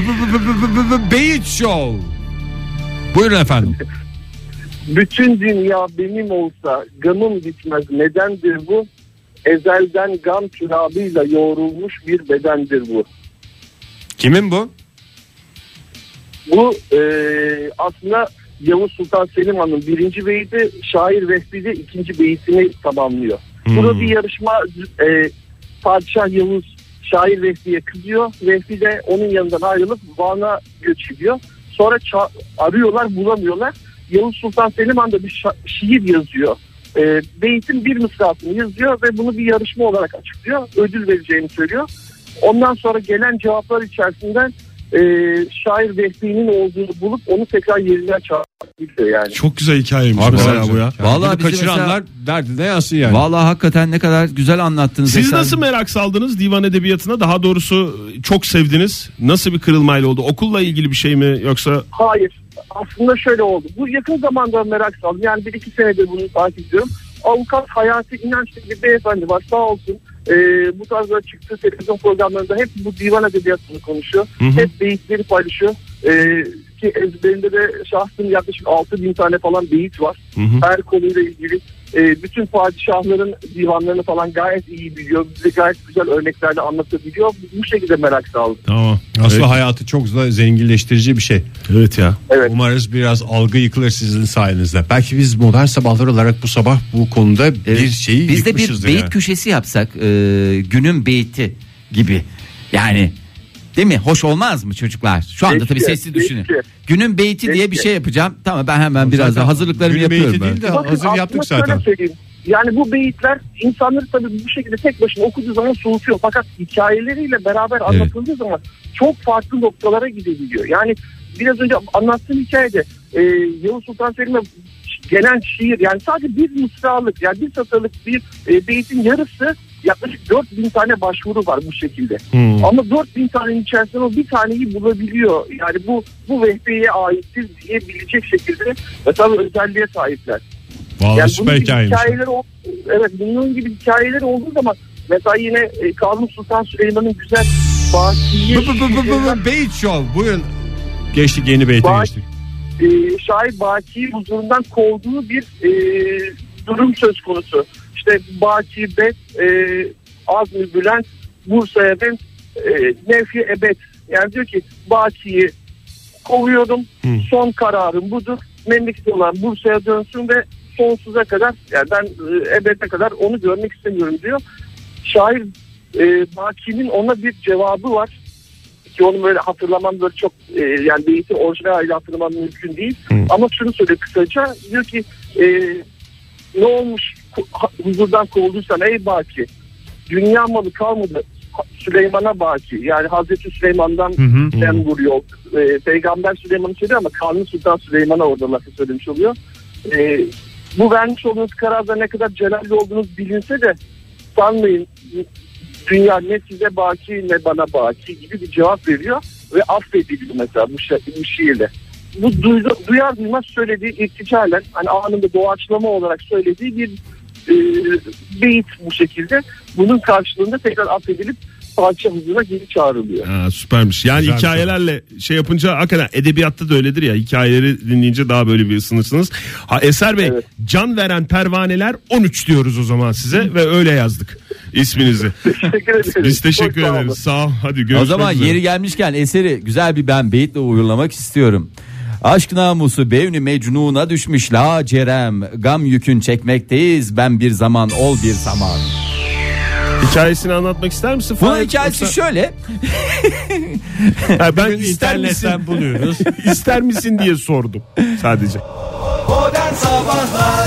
Beyit Show. Buyurun efendim. Bütün dünya benim olsa gamım bitmez. Nedendir bu? Ezelden gam türabıyla yoğrulmuş bir bedendir bu. Kimin bu? Bu e, aslında Yavuz Sultan Selim Han'ın birinci beyti, şair Vehbi de ikinci beytini tamamlıyor. Hmm. Burada bir yarışma, e, Padişah Yavuz şair Vehbi'ye kızıyor. Vehbi de onun yanından ayrılıp Van'a göç ediyor. Sonra ça- arıyorlar, bulamıyorlar. Yavuz Sultan Selim Han da bir şa- şiir yazıyor. E, beytin bir mısrasını yazıyor ve bunu bir yarışma olarak açıklıyor. Ödül vereceğini söylüyor. Ondan sonra gelen cevaplar içerisinden e, şair Vehbi'nin olduğunu bulup onu tekrar yerinden çağırıyor yani. Çok güzel hikayeymiş mesela bu ya. Vallahi kaçıranlar mesela... derdi ne yansın yani. Vallahi hakikaten ne kadar güzel anlattınız. Siz mesela. Nasıl merak saldınız divan edebiyatına? Daha doğrusu çok sevdiniz. Nasıl bir kırılmayla oldu? Okulla ilgili bir şey mi yoksa? Hayır. Aslında şöyle oldu. Bu yakın zamanda merak saldım. Yani bir iki senedir bunu takip ediyorum. Avukat Hayati İnanç bir beyefendi var, sağ olsun. Ee, bu tarzda çıktığı televizyon programlarında hep bu divan edebiyatını konuşuyor. Hı hı. Hep beyitleri paylaşıyor. Ee, ki ezberinde de şahsının yaklaşık altı bin tane falan beyit var. Hı hı. Her konuyla ilgili. E, bütün padişahların divanlarını falan gayet iyi biliyor. Bize gayet güzel örneklerle anlatabiliyor. Bu şekilde merak saldım. Tamam. Aslında evet. Hayatı çok da zenginleştirici bir şey. Evet ya. Evet. Umarız biraz algı yıkılır sizin sayenizde. Belki biz modern sabahlar olarak bu sabah bu konuda evet. bir şeyi biz de bir beyit yani. köşesi yapsak, e, günün beyti gibi. Yani değil mi? Hoş olmaz mı çocuklar? Şu anda tabii sesli düşünün. Günün beyti diye bir şey yapacağım. Tamam, ben hemen biraz daha hazırlıklarımı günün yapıyorum. Günün beyti değil de Bakın, hazır yaptık zaten. Yani bu beyitler insanları tabii bu şekilde tek başına okuduğu zaman soğutuyor. Fakat hikayeleriyle beraber evet. anlatıldığı zaman çok farklı noktalara gidebiliyor. Yani biraz önce anlattığım hikayede e, Yavuz Sultan Selim'e gelen şiir, yani sadece bir mısralık, yani bir satırlık bir e, beytin yarısı yaklaşık dört bin tane başvuru var bu şekilde. Hmm. Ama dört bin tanenin içerisinde o bir taneyi bulabiliyor. Yani bu bu Vehbi'ye aittir diyebilecek şekilde ve tabii özelliğe sahipler. Vallahi yani süper hikayeymiş. Evet, bunun gibi hikayeleri olduğu zaman mesela yine e, Kanuni Sultan Süleyman'ın güzel Bakiye Beyt Show. Buyurun. Geçtik, yeni beyte ba- geçtik. E, şair Baki'yi huzurundan kovduğu bir e, durum söz konusu. İşte Baki Bet, e, Azmi Bülent, Bursa'ya ben e, Nefye Ebed. Yani diyor ki Baki'yi kovuyorum. Hmm. Son kararım budur. Memleketi olan Bursa'ya dönsün ve sonsuza kadar yani ben e, ebede kadar onu görmek istemiyorum diyor. Şair e, Baki'nin ona bir cevabı var ki onu böyle hatırlamam böyle çok e, yani beyti orijinal haliyle hatırlamam mümkün değil. Hı. Ama şunu söylüyor kısaca, diyor ki e, ne olmuş huzurdan kovulduysan ey Baki, dünya malı kalmadı Süleyman'a Baki, yani Hazreti Süleyman'dan dem vuruyor. E, Peygamber Süleyman'ı söylüyor ama Kanuni Sultan Süleyman'a orada lafı söylemiş oluyor. E, bu vermiş olduğunuz kararda ne kadar celalli olduğunuz bilinse de sanmayın dünya ne size baki ne bana baki gibi bir cevap veriyor ve affediliyor mesela bu, şi- bu şiirle. Bu duydu, duyar duymaz söylediği irticalen hani anında doğaçlama olarak söylediği bir e, beyit bu şekilde. Bunun karşılığında tekrar affedilip parça huzuruna geri çağrılıyor. Ha, süpermiş. Yani Güzel hikayelerle şey. şey yapınca hakikaten edebiyatta da öyledir ya. Hikayeleri dinleyince daha böyle bir ısınırsınız. Ha, Eser Bey, evet. Can veren pervaneler on üç diyoruz o zaman size ve öyle yazdık isminizi. Teşekkür ederiz. Biz teşekkür Çok ederiz. Sağ, sağ ol. Hadi görüşmek üzere. O zaman üzere. Yeri gelmişken Eser'i güzel bir ben beyitle uğurlamak istiyorum. Aşk namusu Bevni Mecnun'a düşmüş lacerem, gam yükün çekmekteyiz, ben bir zaman ol bir zaman. Hikayesini anlatmak ister misin? Bunun hikayesi yoksa... şöyle. Yani ben ister misin buluyoruz. İster misin diye sordum sadece. Modern Sabahlar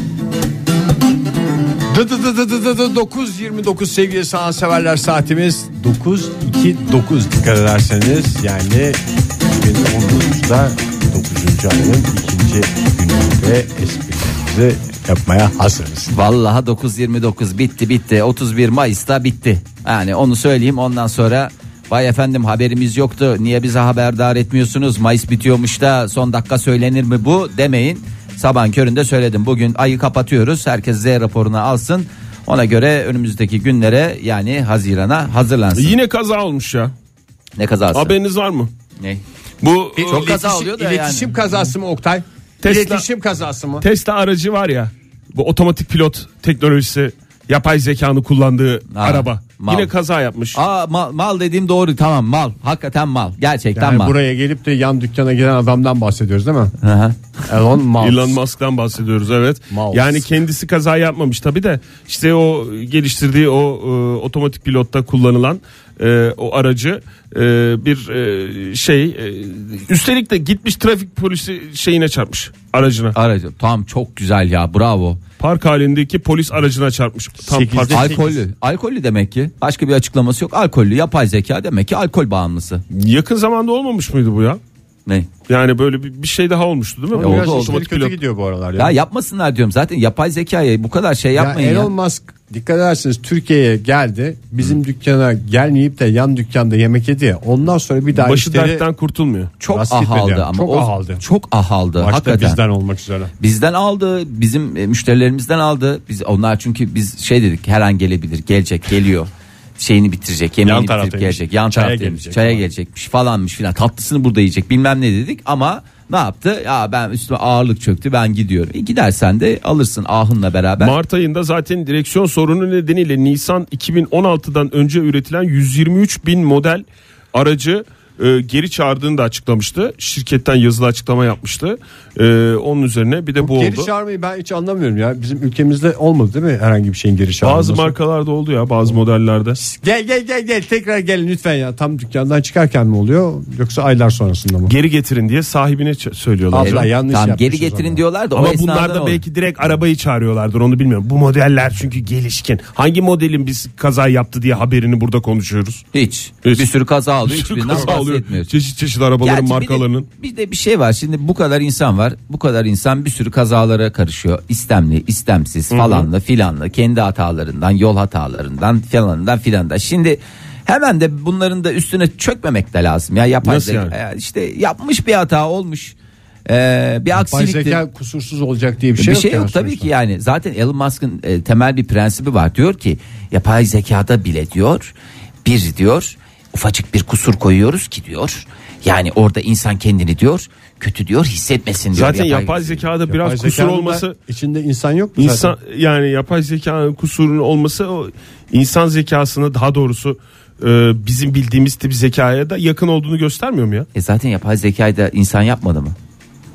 dokuz yirmi dokuz sevgili sanatseverler, saatimiz dokuz iki dokuz dikkat ederseniz yani iki bin on dokuzda dokuzuncu ayın ikinci gününde esprilerimizi yapmaya hazırız. Vallahi dokuz yirmi dokuz bitti bitti otuz bir Mayıs'ta bitti. Yani onu söyleyeyim, ondan sonra vay efendim haberimiz yoktu, niye bize haberdar etmiyorsunuz, Mayıs bitiyormuş da son dakika söylenir mi bu demeyin. Sabahın köründe söyledim, bugün ayı kapatıyoruz, herkes Z raporunu alsın, ona göre önümüzdeki günlere yani Haziran'a hazırlansın. Yine kaza olmuş ya. Ne kazası? Haberiniz var mı? Ne? Bu çok kaza oluyor da iletişim yani. Kazası mı Oktay? Tesla, iletişim kazası mı? Tesla aracı var ya, bu otomatik pilot teknolojisi, yapay zekanı kullandığı ha, araba. Mal. Yine kaza yapmış. Aa, mal, mal dediğim doğru, tamam, mal. Hakikaten mal. Gerçekten yani mal. Buraya gelip de yan dükkana giren adamdan bahsediyoruz değil mi? Hı Elon Musk. Elon Musk'tan bahsediyoruz, evet. Mouse. Yani kendisi kaza yapmamış tabii de işte o geliştirdiği o e, otomatik pilotta kullanılan e, o aracı e, bir e, şey e, üstelik de gitmiş trafik polisi şeyine çarpmış, aracına. Aracı tamam, çok güzel ya, bravo. Park halindeki polis aracına çarpmış. Tam park. Alkollü. Alkollü demek ki. Başka bir açıklaması yok. Alkollü, yapay zeka demek ki alkol bağımlısı. Yakın zamanda olmamış mıydı bu ya? Ne? Yani böyle bir, bir şey daha olmuştu değil mi? Ya oldu, oldu. Kötü pilot. Gidiyor bu aralar. Ya. ya yapmasınlar diyorum zaten, yapay zekaya bu kadar şey yapmayın ya. Elon ya. Musk dikkat ederseniz Türkiye'ye geldi. Bizim Hı. dükkana gelmeyip de yan dükkanda yemek yedi ya. Ondan sonra bir daha başı işleri... dertten kurtulmuyor. Çok ahaldı yani. ama. Çok o, ahaldı. Çok ahaldı. Başta hakikaten. bizden olmak üzere. Bizden aldı. Bizim e, müşterilerimizden aldı. Biz onlar çünkü biz şey dedik, her an gelebilir. Gelecek, geliyor. Şeyini bitirecek, yemeğini bitirip gelecek. Yan çaya taraftaymış. gelecek. Çaya gelecekmiş falanmış filan. Tatlısını burada yiyecek bilmem ne dedik ama ne yaptı? Ya ben üstüme ağırlık çöktü, ben gidiyorum. E gidersen de alırsın ahınla beraber. Mart ayında zaten direksiyon sorunu nedeniyle Nisan iki bin on altıdan önce üretilen yüz yirmi üç bin model aracı e, geri çağırdığını da açıklamıştı. Şirketten yazılı açıklama yapmıştı. E, onun üzerine bir de bu, bu geri oldu. çağırmayı ben hiç anlamıyorum ya. Bizim ülkemizde olmadı değil mi herhangi bir şeyin geri çağrılması? Bazı markalarda oldu ya, bazı modellerde. Gel gel gel gel tekrar gelin lütfen ya. Tam dükkandan çıkarken mi oluyor yoksa aylar sonrasında mı? Geri getirin diye sahibine ç- söylüyorlar. Abla, yanlış tamam, geri getirin diyorlar da. Ama bunlar da belki direkt arabayı çağırıyorlardır, onu bilmiyorum. Bu modeller çünkü gelişkin. Hangi modelin biz kaza yaptı diye haberini burada konuşuyoruz? Hiç. Hiç. Bir sürü kaza oluyor. Bir sürü Hiçbirinden kaza oluyor. bahsetmiyoruz. Çeşit çeşit arabaların Gerçi markalarının. Bir de, bir de bir şey var. Şimdi bu kadar insan var. Bu kadar insan bir sürü kazalara karışıyor. İstemli, istemsiz, falanlı, filanlı, kendi hatalarından, yol hatalarından, falanından, filandan. Şimdi hemen de bunların da üstüne çökmemek de lazım. Ya yapay Nasıl zeka yani? işte yapmış bir hata olmuş. Ee, bir aksiliktir. Yapay zeka kusursuz olacak diye bir şey bir yok. şey yok yani tabii sonuçta. ki yani. Zaten Elon Musk'ın e, temel bir prensibi var. Diyor ki yapay zekada bile diyor bir diyor ufacık bir kusur koyuyoruz ki diyor. Yani orada insan kendini diyor kötü diyor hissetmesin diyor. Zaten yapay, yapay zekada biraz yapay kusur olması, içinde insan yok mu insan zaten? Yani yapay zekanın kusurunun olması o insan zekasını, daha doğrusu e, bizim bildiğimiz tip zekaya da yakın olduğunu göstermiyor mu ya? E zaten yapay zekayı da insan yapmadı mı?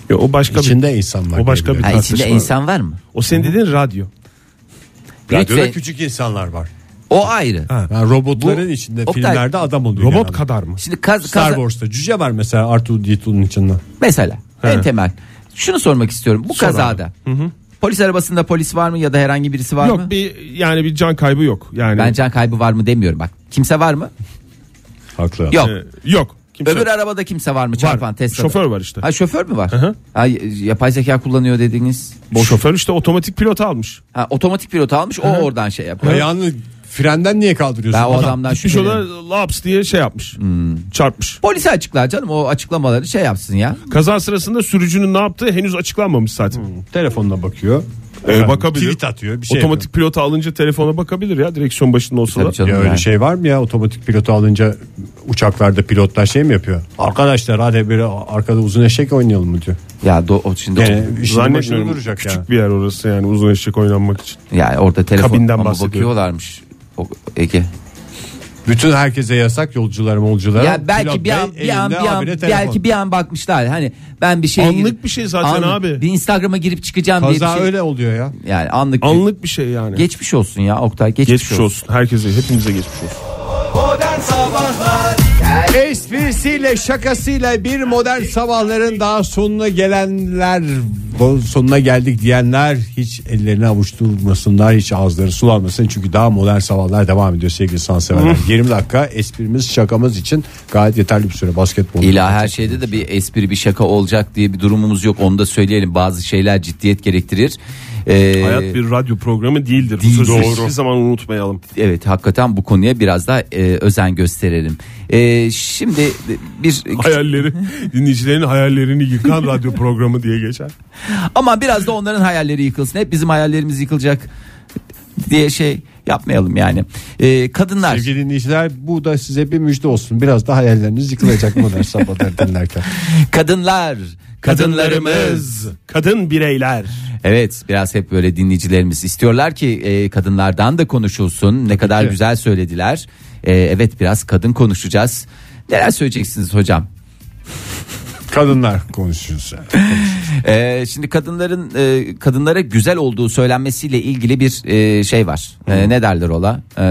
Ya o başka İçinde bir, insan var. o başka bir Ha, tartışma. içinde insan var mı? O senin dediğin radyo. Radyoda Lütfen. küçük insanlar var. O ayrı. Ha. Yani robotların Bu- içinde Oktay, filmlerde adam oluyor. Robot genelde. kadar mı? Şimdi kaz, Star kaza- Wars'ta cüce var mesela R iki D iki'nin içinde. mesela He. en temel. Şunu sormak istiyorum. Bu Sor kazada polis arabasında polis var mı ya da herhangi birisi var Yok mı? bir yani bir can kaybı yok. Yani Ben can kaybı var mı demiyorum bak. Kimse var mı? Haklı. Yok. Ee, yok. Kimse Öbür yok. arabada kimse var mı çarpan Tesla'da? Şoför var işte. Ha şoför mü var? hı. Ha, yapay zeka kullanıyor dediğiniz. O şoför işte otomatik pilot almış. Ha, otomatik pilot almış o oradan şey yapıyor. Ayağını frenden niye kaldırıyorsun? Ben o Adam- adamdan Gitmiş şüpheleniyorum. ona laps diye şey yapmış. Çarpmış. Polise açıklar canım o açıklamaları şey yapsın ya. Kaza sırasında sürücünün ne yaptığı henüz açıklanmamış zaten. Telefonuna bakıyor. Ee, Efendim, bakabilir. Tweet atıyor bir şey Otomatik pilota alınca telefona bakabilir ya direksiyon başında olsa Tabii da. canım. yapıyor. Ya öyle yani. şey var mı ya, otomatik pilotu alınca uçaklarda pilotlar şey mi yapıyor? Arkadaşlar hadi bir arkada uzun eşek oynayalım mı diyor. Ya do, o şimdi Yani işin başında Zannetmiyorum duracak küçük ya. bir yer orası yani uzun eşek oynanmak için. yani orada telefon Kabinden ama bahsediyorum. bakıyorlarmış. O, Ege. Bütün herkese yasak, yolculara molculara. Ya belki Pilot bir an bey bir an elinde bir an habire telefon. belki bir an bakmışlar. Hani ben bir şey Anlık bir şey zaten abi. Bir Instagram'a girip çıkacağım diye bir Kaza şey. öyle oluyor ya. Yani anlık. bir- Anlık bir şey yani. Geçmiş olsun ya Oktay geçmiş, Geçmiş olsun. Herkese hepimize geçmiş olsun. Esprisiyle şakasıyla bir modern sabahların daha sonuna gelenler, sonuna geldik diyenler hiç ellerini avuşturmasınlar, hiç ağızları sulanmasın, çünkü daha modern sabahlar devam ediyor sevgili sanseverler. yirmi dakika esprimiz şakamız için gayet yeterli bir süre. Basketbol. İlla her şeyde de bir espri bir şaka olacak diye bir durumumuz yok. Onu da söyleyelim. Bazı şeyler ciddiyet gerektirir. Ee, Hayat bir radyo programı değildir. Değil, Bu sözü doğru. hiçbir zaman unutmayalım. Evet hakikaten bu konuya biraz daha e, özen gösterelim. E, şimdi bir Hayalleri, dinleyicilerin hayallerini yıkan radyo programı diye geçer. ama biraz da onların hayalleri yıkılsın. Hep bizim hayallerimiz yıkılacak diye şey yapmayalım yani. E, kadınlar. Sevgili dinleyiciler, bu da size bir müjde olsun. Biraz da hayalleriniz yıkılacak modern sabahlar dinlerken. Kadınlar. Kadınlarımız. Kadın bireyler. Evet biraz hep böyle dinleyicilerimiz istiyorlar ki e, kadınlardan da konuşulsun. Ne kadar ki. güzel söylediler. E, evet biraz kadın konuşacağız. Neler söyleyeceksiniz hocam? Kadınlar konuşuyoruz. Ee, şimdi kadınların e, kadınlara güzel olduğu söylenmesiyle ilgili bir e, şey var. E, ne derler ola? E,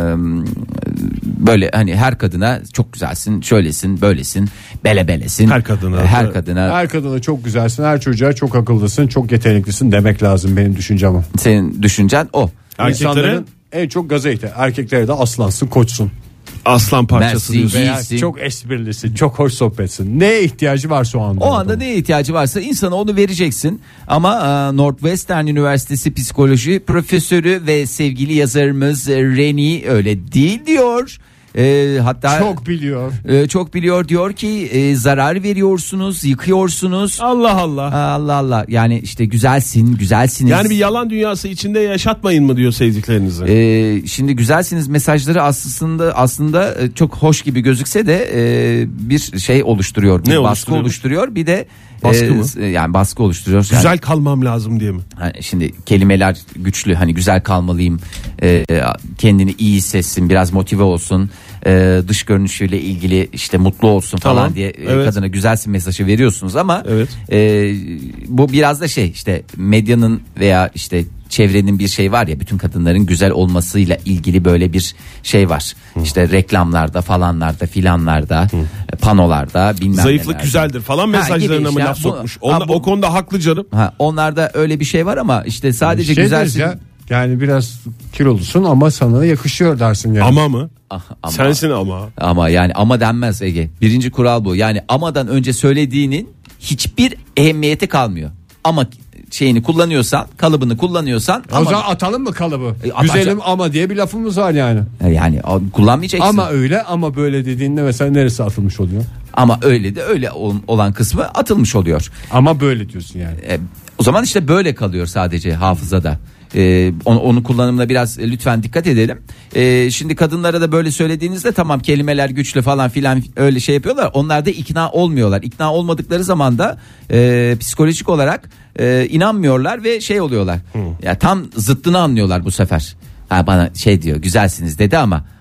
böyle hani her kadına çok güzelsin, şöylesin, böylesin, bele belesin. Her kadına. E, her kadına Her kadına çok güzelsin, her çocuğa çok akıllısın, çok yeteneklisin demek lazım benim düşüncem o. senin düşüncen o. Erkeklere İnsanların en çok gaza ihtiyaç. Erkeklere de aslansın, koçsun. aslan parçası Mersi, diyorsun. iyi. Veya İyisin. çok esprilisin, çok hoş sohbetsin. Neye ihtiyacı varsa o anda. O anda neye ihtiyacı varsa insana onu vereceksin. Ama e, Northwestern Üniversitesi Psikoloji Profesörü ve sevgili yazarımız e, Reni öyle değil diyor. E, hatta Çok biliyor. e, çok biliyor diyor ki e, zarar veriyorsunuz, yıkıyorsunuz. Allah Allah. Allah Allah yani işte güzelsin, güzelsiniz. Yani bir yalan dünyası içinde yaşatmayın mı diyor sevdiklerinizi. Ee, şimdi güzelsiniz mesajları aslında aslında e, çok hoş gibi gözükse de e, bir şey oluşturuyor, bir Ne baskı oluşturuyor? oluşturuyor, bir de Baskı e, mı? yani baskı oluşturuyor. Yani, Güzel kalmam lazım diye mi? hani şimdi kelimeler güçlü, hani güzel kalmalıyım, e, kendini iyi hissetsin, biraz motive olsun, e, dış görünüşüyle ilgili işte mutlu olsun falan Tamam, diye e, evet. kadına güzelsin mesajı veriyorsunuz ama Evet. e, bu biraz da şey işte medyanın veya işte çevrenin bir şey var ya, bütün kadınların güzel olmasıyla ilgili böyle bir şey var. İşte reklamlarda falanlarda filanlarda panolarda bilmem Zayıflık nelerde. güzeldir falan Ha, mesajlarına gibi mı işte. laf Bu- sokmuş. ha, Onda, bu- o konuda haklı canım. Ha, onlarda öyle bir şey var ama işte sadece Şey güzelsin. deriz ya, yani biraz kilolusun ama sana yakışıyor dersin yani. Ama mı? Ah, ama, Sensin ama. ama yani ama denmez Ege. Birinci kural bu. Yani amadan önce söylediğinin hiçbir ehemmiyeti kalmıyor. Ama şeyini kullanıyorsan, kalıbını kullanıyorsan O ama zaman atalım mı kalıbı? E, atacak- Güzelim ama diye bir lafımız var yani. yani o- kullanmayacaksın. Ama öyle ama böyle dediğinde mesela neresi atılmış oluyor? Ama öyle de öyle ol- olan kısmı atılmış oluyor. Ama böyle diyorsun yani. E, o zaman işte böyle kalıyor sadece hafızada. E, onu, onun kullanımına biraz e, lütfen dikkat edelim. E, şimdi kadınlara da böyle söylediğinizde tamam kelimeler güçlü falan filan öyle şey yapıyorlar. Onlar da ikna olmuyorlar. İkna olmadıkları zaman da e, psikolojik olarak e, inanmıyorlar ve şey oluyorlar. Ya tam zıttını anlıyorlar bu sefer. Ha, bana şey diyor güzelsiniz dedi ama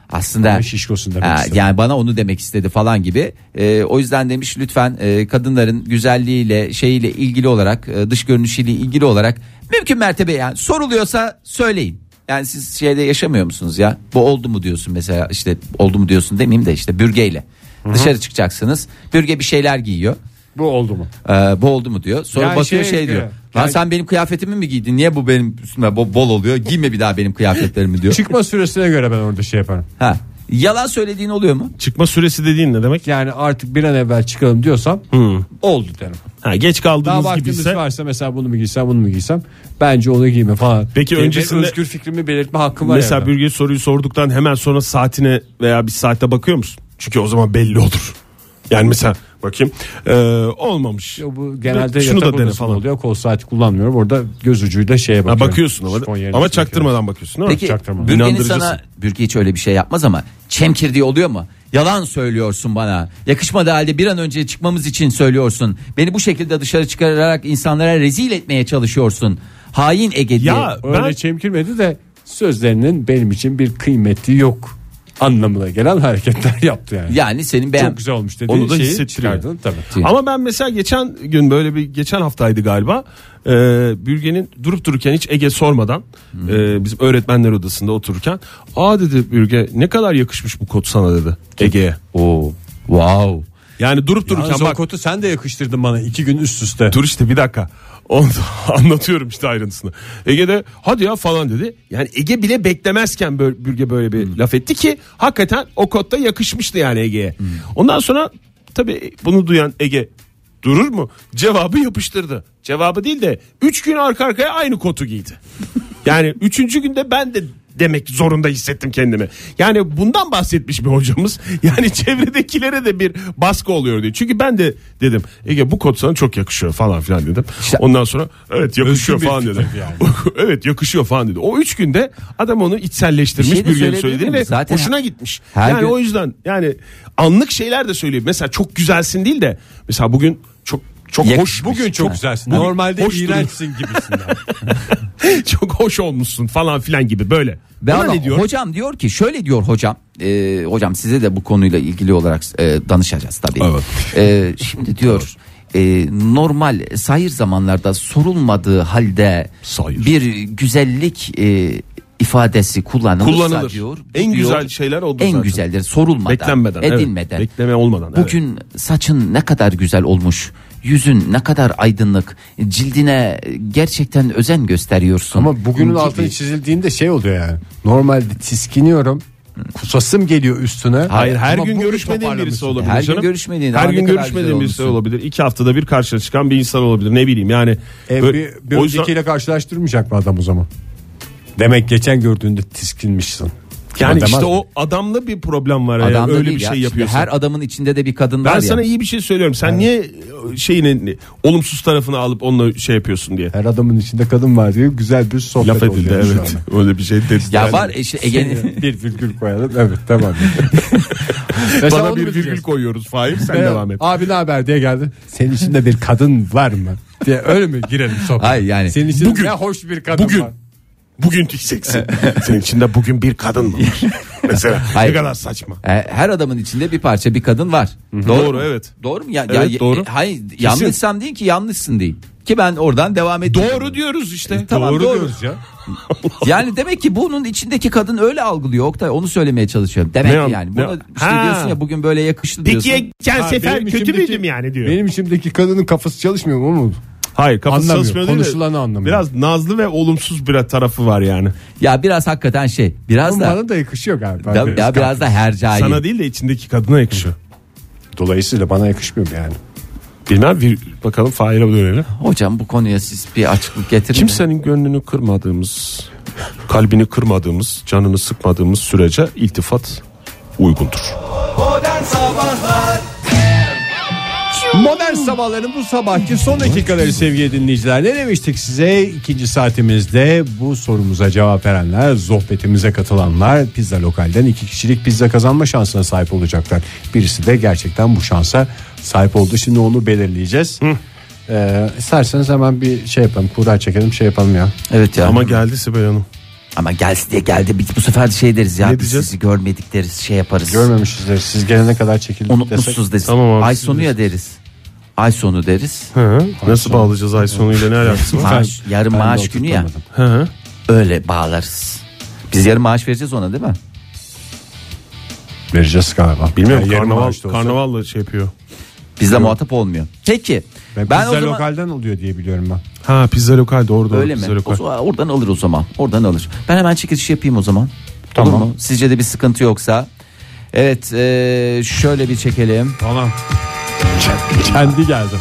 aslında şişkosun demek ha, istedim. yani bana onu demek istedi falan gibi. E, o yüzden demiş lütfen e, kadınların güzelliğiyle şeyiyle ilgili olarak e, dış görünüşüyle ilgili olarak mümkün mertebe yani soruluyorsa söyleyin. Yani siz şeyde yaşamıyor musunuz ya? Bu oldu mu diyorsun mesela, işte oldu mu diyorsun demeyeyim de işte bürgeyle. Hı-hı. Dışarı çıkacaksınız. Bürge bir şeyler giyiyor. Bu oldu mu? Ee, bu oldu mu diyor. Sonra yani bakıyor şey, şey diyor. Yani, lan sen benim kıyafetimi mi giydin? Niye bu benim üstüme bol, bol oluyor? Giyme bir daha benim kıyafetlerimi diyor. Çıkma süresine göre ben orada şey yaparım. Ha. Yalan söylediğin oluyor mu? Çıkma süresi dediğin ne demek? Yani artık bir an evvel çıkalım diyorsam Hmm. oldu derim. Ha, geç kaldığınız daha vaktimiz gibiyse. varsa mesela bunu mu giysem bunu mu giysem bence onu giyme falan. Peki Benim öncesinde özgür fikrimi belirtme hakkım var. Mesela yani. bürge soruyu sorduktan hemen sonra saatine veya bir saate bakıyor musun? Çünkü o zaman belli olur. Yani mesela bakayım ee, olmamış. Ya bu genelde Şunu yatak da dene odasında falan. oluyor. Kol saati kullanmıyorum. Orada göz ucuyla şeye bakıyorum. Ha, bakıyorsun ama, Şifon yerine ama çekiyorum. çaktırmadan bakıyorsun değil mi? Peki çaktırma. bürgenin İnandırıcısın. sana, bürge hiç öyle bir şey yapmaz ama çemkirdiği oluyor mu? Yalan söylüyorsun bana. Yakışmadığı halde bir an önce çıkmamız için söylüyorsun. Beni bu şekilde dışarı çıkararak insanlara rezil etmeye çalışıyorsun. Hain Ege diye. Ya Öyle ben çemkirmedi de sözlerinin benim için bir kıymeti yok anlamına gelen hareketler yaptı yani. Yani senin beğen... Çok güzel olmuş dediğin Onu da şeyi hissettiriyor. çıkardın tabii. ama ben mesela geçen gün böyle bir geçen haftaydı galiba e, bürgenin durup dururken hiç Ege sormadan Hmm. e, bizim öğretmenler odasında otururken aa dedi bürge ne kadar yakışmış bu kot sana dedi Ege'ye. Oo, wow. Yani durup dururken Yalnız o bak kotu sen de yakıştırdın bana iki gün üst üste. dur işte bir dakika. Onu da anlatıyorum işte ayrıntısını. Ege de hadi ya falan dedi. Yani Ege bile beklemezken böyle, bürge böyle bir hmm. laf etti ki hakikaten o kotta yakışmıştı yani Ege'ye. Hmm. Ondan sonra tabii bunu duyan Ege durur mu? Cevabı yapıştırdı. Cevabı değil de üç gün arka arkaya aynı kotu giydi. Yani üçüncü günde ben de demek zorunda hissettim kendimi. Yani bundan bahsetmiş bir hocamız. Yani çevredekilere de bir baskı oluyor diye. Çünkü ben de dedim Ege bu kot sana çok yakışıyor falan filan dedim. İşte, ondan sonra evet yakışıyor falan dedim. Yani. Evet yakışıyor falan dedi. O üç günde adam onu içselleştirmiş bir, bir gün söylediğini ve zaten hoşuna gitmiş. Yani gün... o yüzden yani anlık şeyler de söylüyor. Mesela çok güzelsin değil de mesela bugün çok çok ya, hoş. Bugün çok güzelsin. Normalde iğrençsin gibisinden. Çok hoş olmuşsun falan filan gibi böyle. Ama ne diyor? Hocam diyor ki şöyle diyor hocam. E, hocam size de bu konuyla ilgili olarak e, danışacağız tabii. Evet. E, şimdi diyor e, normal sahir zamanlarda sorulmadığı halde Sayır. bir güzellik e, ifadesi kullanılırsa kullanılır. Diyor. En diyor, güzel şeyler oldu en zaten. En güzelleri sorulmadan, beklenmeden, edilmeden. Evet. Bekleme olmadan. Bugün evet. Saçın ne kadar güzel olmuş. Yüzün ne kadar aydınlık, cildine gerçekten özen gösteriyorsun. Ama bugünün altını çizildiğinde şey oluyor yani. Normalde tiskiniyorum. Kusasım geliyor üstüne. Hayır her ama gün görüşmediğin birisi olabilir. Her canım. gün görüşmediğin. Her gün görüşmediğin birisi olabilir. İki haftada bir karşına çıkan bir insan olabilir. Ne bileyim yani. E, böyle, bir bir öncekiyle yüzden... karşılaştırmayacak mı adam o zaman? Demek geçen gördüğünde tiskinmişsin. Yani işte mi? O adamda bir problem var. Yani. Öyle bir şey yapıyorsun. Her adamın içinde de bir kadın ben var ya. Ben sana iyi bir şey söylüyorum. Sen evet. niye şeyini olumsuz tarafını alıp onunla şey yapıyorsun diye. Her adamın içinde kadın var diye güzel bir sohbet laf edildi evet. Öyle bir şey dedi. Ya yani. Var işte Ege'nin bir virgül koyalım. Evet tamam. Bana bir virgül koyuyoruz Fahir sen evet. devam et. Abi ne haber diye geldi. Senin içinde bir kadın var mı? diye öyle mi girelim sohbet? Hayır yani. Senin içinde bugün, ne hoş bir kadın bugün, var. Bugün diyeceksin. Senin içinde bugün bir kadın mı var? Mesela hayır. Ne kadar saçma. Her adamın içinde bir parça bir kadın var. Doğru, doğru evet. Doğru mu? Ya, evet, ya, doğru. E, hayır yanlışsan değil ki yanlışsın değil. Ki ben oradan devam ediyorum. Doğru diyoruz işte. E, tamam, doğru, doğru diyoruz ya. Yani demek ki bunun içindeki kadın öyle algılıyor Oktay, onu söylemeye çalışıyorum. Demek ne, ki yani. Buna ne? işte ha. diyorsun ya bugün böyle yakıştı Peki diyorsun. Peki geçen ha, sefer kötü müydüm yani diyor. Benim içimdeki kadının kafası çalışmıyor mu Umut? Hayır kafası çalışmıyor değil de konuşulanı anlamıyor. Biraz nazlı ve olumsuz bir tarafı var yani. Ya biraz hakikaten şey biraz ama da. Bana da yakışıyor galiba. Da, ya biraz da hercai. Sana değil de içindeki kadına yakışıyor. Dolayısıyla bana yakışmıyor yani. Bilmem bir bakalım Fahir'e dönelim. Hocam bu konuya siz bir açıklık getirin. Kimsenin gönlünü kırmadığımız, kalbini kırmadığımız, canını sıkmadığımız sürece iltifat uygundur. Modern Sabahlar Modern Sabahların bu sabahki son dakikaları sevgili dinleyiciler. Ne demiştik size? İkinci saatimizde bu sorumuza cevap verenler, sohbetimize katılanlar pizza lokalden iki kişilik pizza kazanma şansına sahip olacaklar. Birisi de gerçekten bu şansa sahip oldu. Şimdi onu belirleyeceğiz. Hı. Ee, isterseniz hemen bir şey yapalım, kura çekelim, şey yapalım ya. Evet ya. Ama geldi Sibel Hanım. Ama gelsin diye geldi. Bu sefer şey deriz ya. Ne Biz diyeceğiz? sizi görmedik deriz. Şey yaparız. Görmemişizdir. Siz gelene kadar çekildik Unutmuşsuz desek. deriz. Tamam abi, Ay siz sonu ya deriz. Ay sonu deriz. Hı hı. Nasıl bağlayacağız ay sonuyla, ne alakası var? Maaş, yarın Ben de maaş günü ya. oturtamadım. Hı hı. Öyle bağlarız. Biz yarın maaş vereceğiz ona değil mi? Vereceğiz galiba. Bilmiyorum, Yani yarın karnaval, maaşta olsa- karnavalla şey yapıyor. Bizle muhatap olmuyor. Peki. Ben, Ben pizza o zaman lokalden oluyor diye biliyorum ben. Ha, pizza lokal, doğru doğru. öyle mi? Pizza lokal. O zaman oradan alır o zaman. Oradan alır. Ben hemen çekiliş yapayım o zaman. Tamam. Olur mu? Sizce de bir sıkıntı yoksa. Evet, eee, şöyle bir çekelim. Anam. Kendi geldi.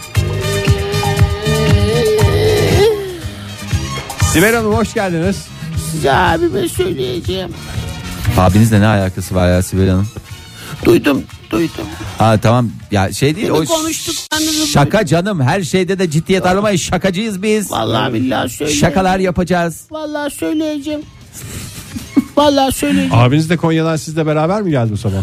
Sibel Hanım hoş geldiniz. Size abime söyleyeceğim. Abinizle ne alakası var ya Sibel Hanım? Duydum, duydum. Ha tamam ya şey değil Demin o konuştuk, anladım. şaka canım, her şeyde de ciddiyet aramayın, şakacıyız biz. Vallahi billahi söyleyeceğim. Şakalar yapacağız. Vallahi söyleyeceğim. Vallahi söyleyeceğim. Abiniz de Konya'dan sizle beraber mi geldi bu sabah?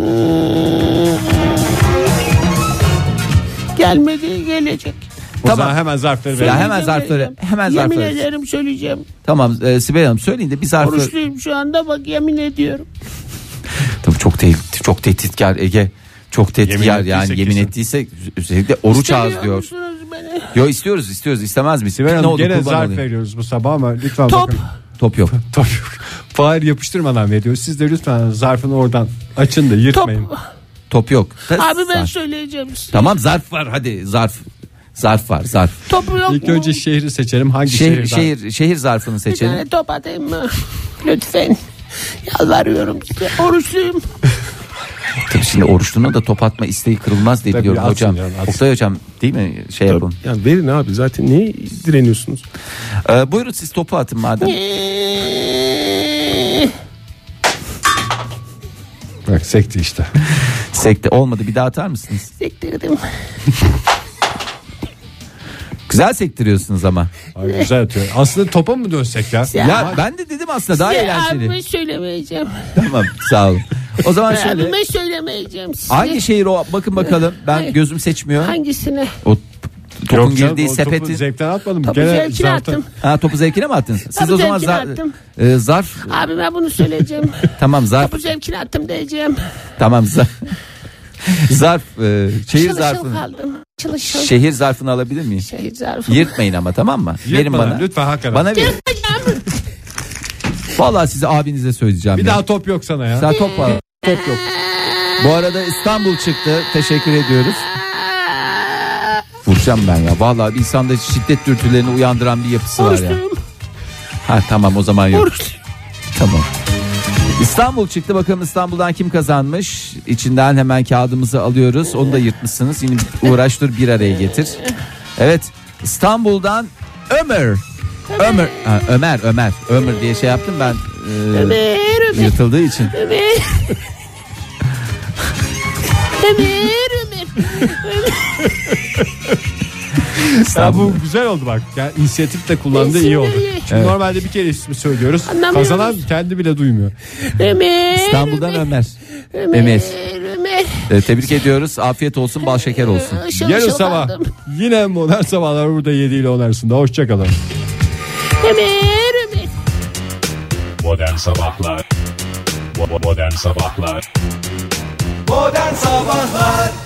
Gelmedi, gelecek. O Tamam. zaman hemen zarfları Ya verelim. hemen zarfları hemen Yemin zarfları. ederim söyleyeceğim. Tamam e, Sibel Hanım söyleyin de bir zarfı. Oruçluyum şu anda, bak yemin ediyorum. Tabii çok tehdit, çok tehditkar Ege. Çok tehditkar Yemin yani ettiyse yemin kesin. ettiyse özellikle oruç İstemiyor ağız diyor. musunuz beni? Yo istiyoruz istiyoruz istemez mi? Sibel Ne Hanım oldu, gene kurban zarf olayım. veriyoruz bu sabah ama lütfen Top. bakın. Top yok. Top yok. Fahir yapıştırmadan veriyor. Siz de lütfen zarfını oradan açın da yırtmayın. Top. Top yok. Abi ben Zarf. söyleyeceğim size. Tamam zarf var hadi zarf. Zarf var zarf. Top yok İlk mu? önce şehri seçelim. Hangi Şehir şehirden? şehir şehir zarfını Bir seçelim. tane top atayım mı? Lütfen. Yalvarıyorum size. Oruçluyum. Tabii şimdi oruçluğuna da top atma isteği kırılmaz diye Tabii, biliyorum atsın hocam. canım, atsın. Oktay hocam değil mi? Şey yapalım. Yani verin abi, zaten niye direniyorsunuz? Ee, buyurun siz topu atın madem. Bak sekti işte. Sekte olmadı, bir daha atar mısınız? Sektirdim. Güzel sektiriyorsunuz ama. Ay, güzel atıyor. Aslında topa mı dönsek ya? Ya, Ya ben de dedim aslında daha Size eğlenceli. abime söylemeyeceğim. Tamam sağ olun. O zaman şöyle. Abime söylemeyeceğim size. Hangi şehir o? Bakın bakalım. Ben Hayır. gözüm seçmiyor. Hangisine? O topun Yok canım, girdiği o topu sepeti. zevkten atmadım. Topu Gene zevkine zarfta- attım. Ha topu zevkine mi attın? Siz Topu o zaman zevkine zar- attım. e, zarf Abime bunu söyleyeceğim. tamam zarf Topu zevkine attım diyeceğim. tamam zarf zarf e, şehir Çalışıl zarfını kaldım. Çalışıl. şehir zarfını alabilir miyim? Şehir zarfı. Yırtmayın ama tamam mı? Verin Yırtmadan, bana. lütfen hakikaten. Bana verin. Vallahi size abinize söyleyeceğim. Bir ya. daha top yok sana ya. Sen top var. Top yok. Bu arada İstanbul çıktı. Teşekkür ediyoruz. Vuracağım ben ya. Vallahi insanda şiddet dürtülerini uyandıran bir yapısı var ya. Oruçluyum. Ha tamam o zaman yok. Oruçluyum. Tamam. İstanbul çıktı, bakalım İstanbul'dan kim kazanmış? İçinden hemen kağıdımızı alıyoruz. Onu da yırtmışsınız. Yine uğraş dur bir araya getir. Evet, İstanbul'dan Ömer. Ömer. Ha, Ömer, Ömer. Ömer diye şey yaptım ben. e, Ömer, Ömer. Yırtıldığı için. Ömer. Ömer, Ömer. Ya bu güzel oldu bak. Yani inisiyatif de kullandı, iyi oldu. İsimleri. Çünkü normalde bir kere ismi söylüyoruz. Anlamıyoruz. Kazanan kendi bile duymuyor. Ömer. İstanbul'dan Ömer. Ömer. Ömer. Ömer. E, tebrik ediyoruz. Afiyet olsun, bal şeker olsun. Işıl Yarın ışıl sabah kaldım. yine modern sabahlar burada yedi ile on arasında. Hoşçakalın. Ömer, Ömer. Modern Sabahlar Bo- Modern Sabahlar Modern Sabahlar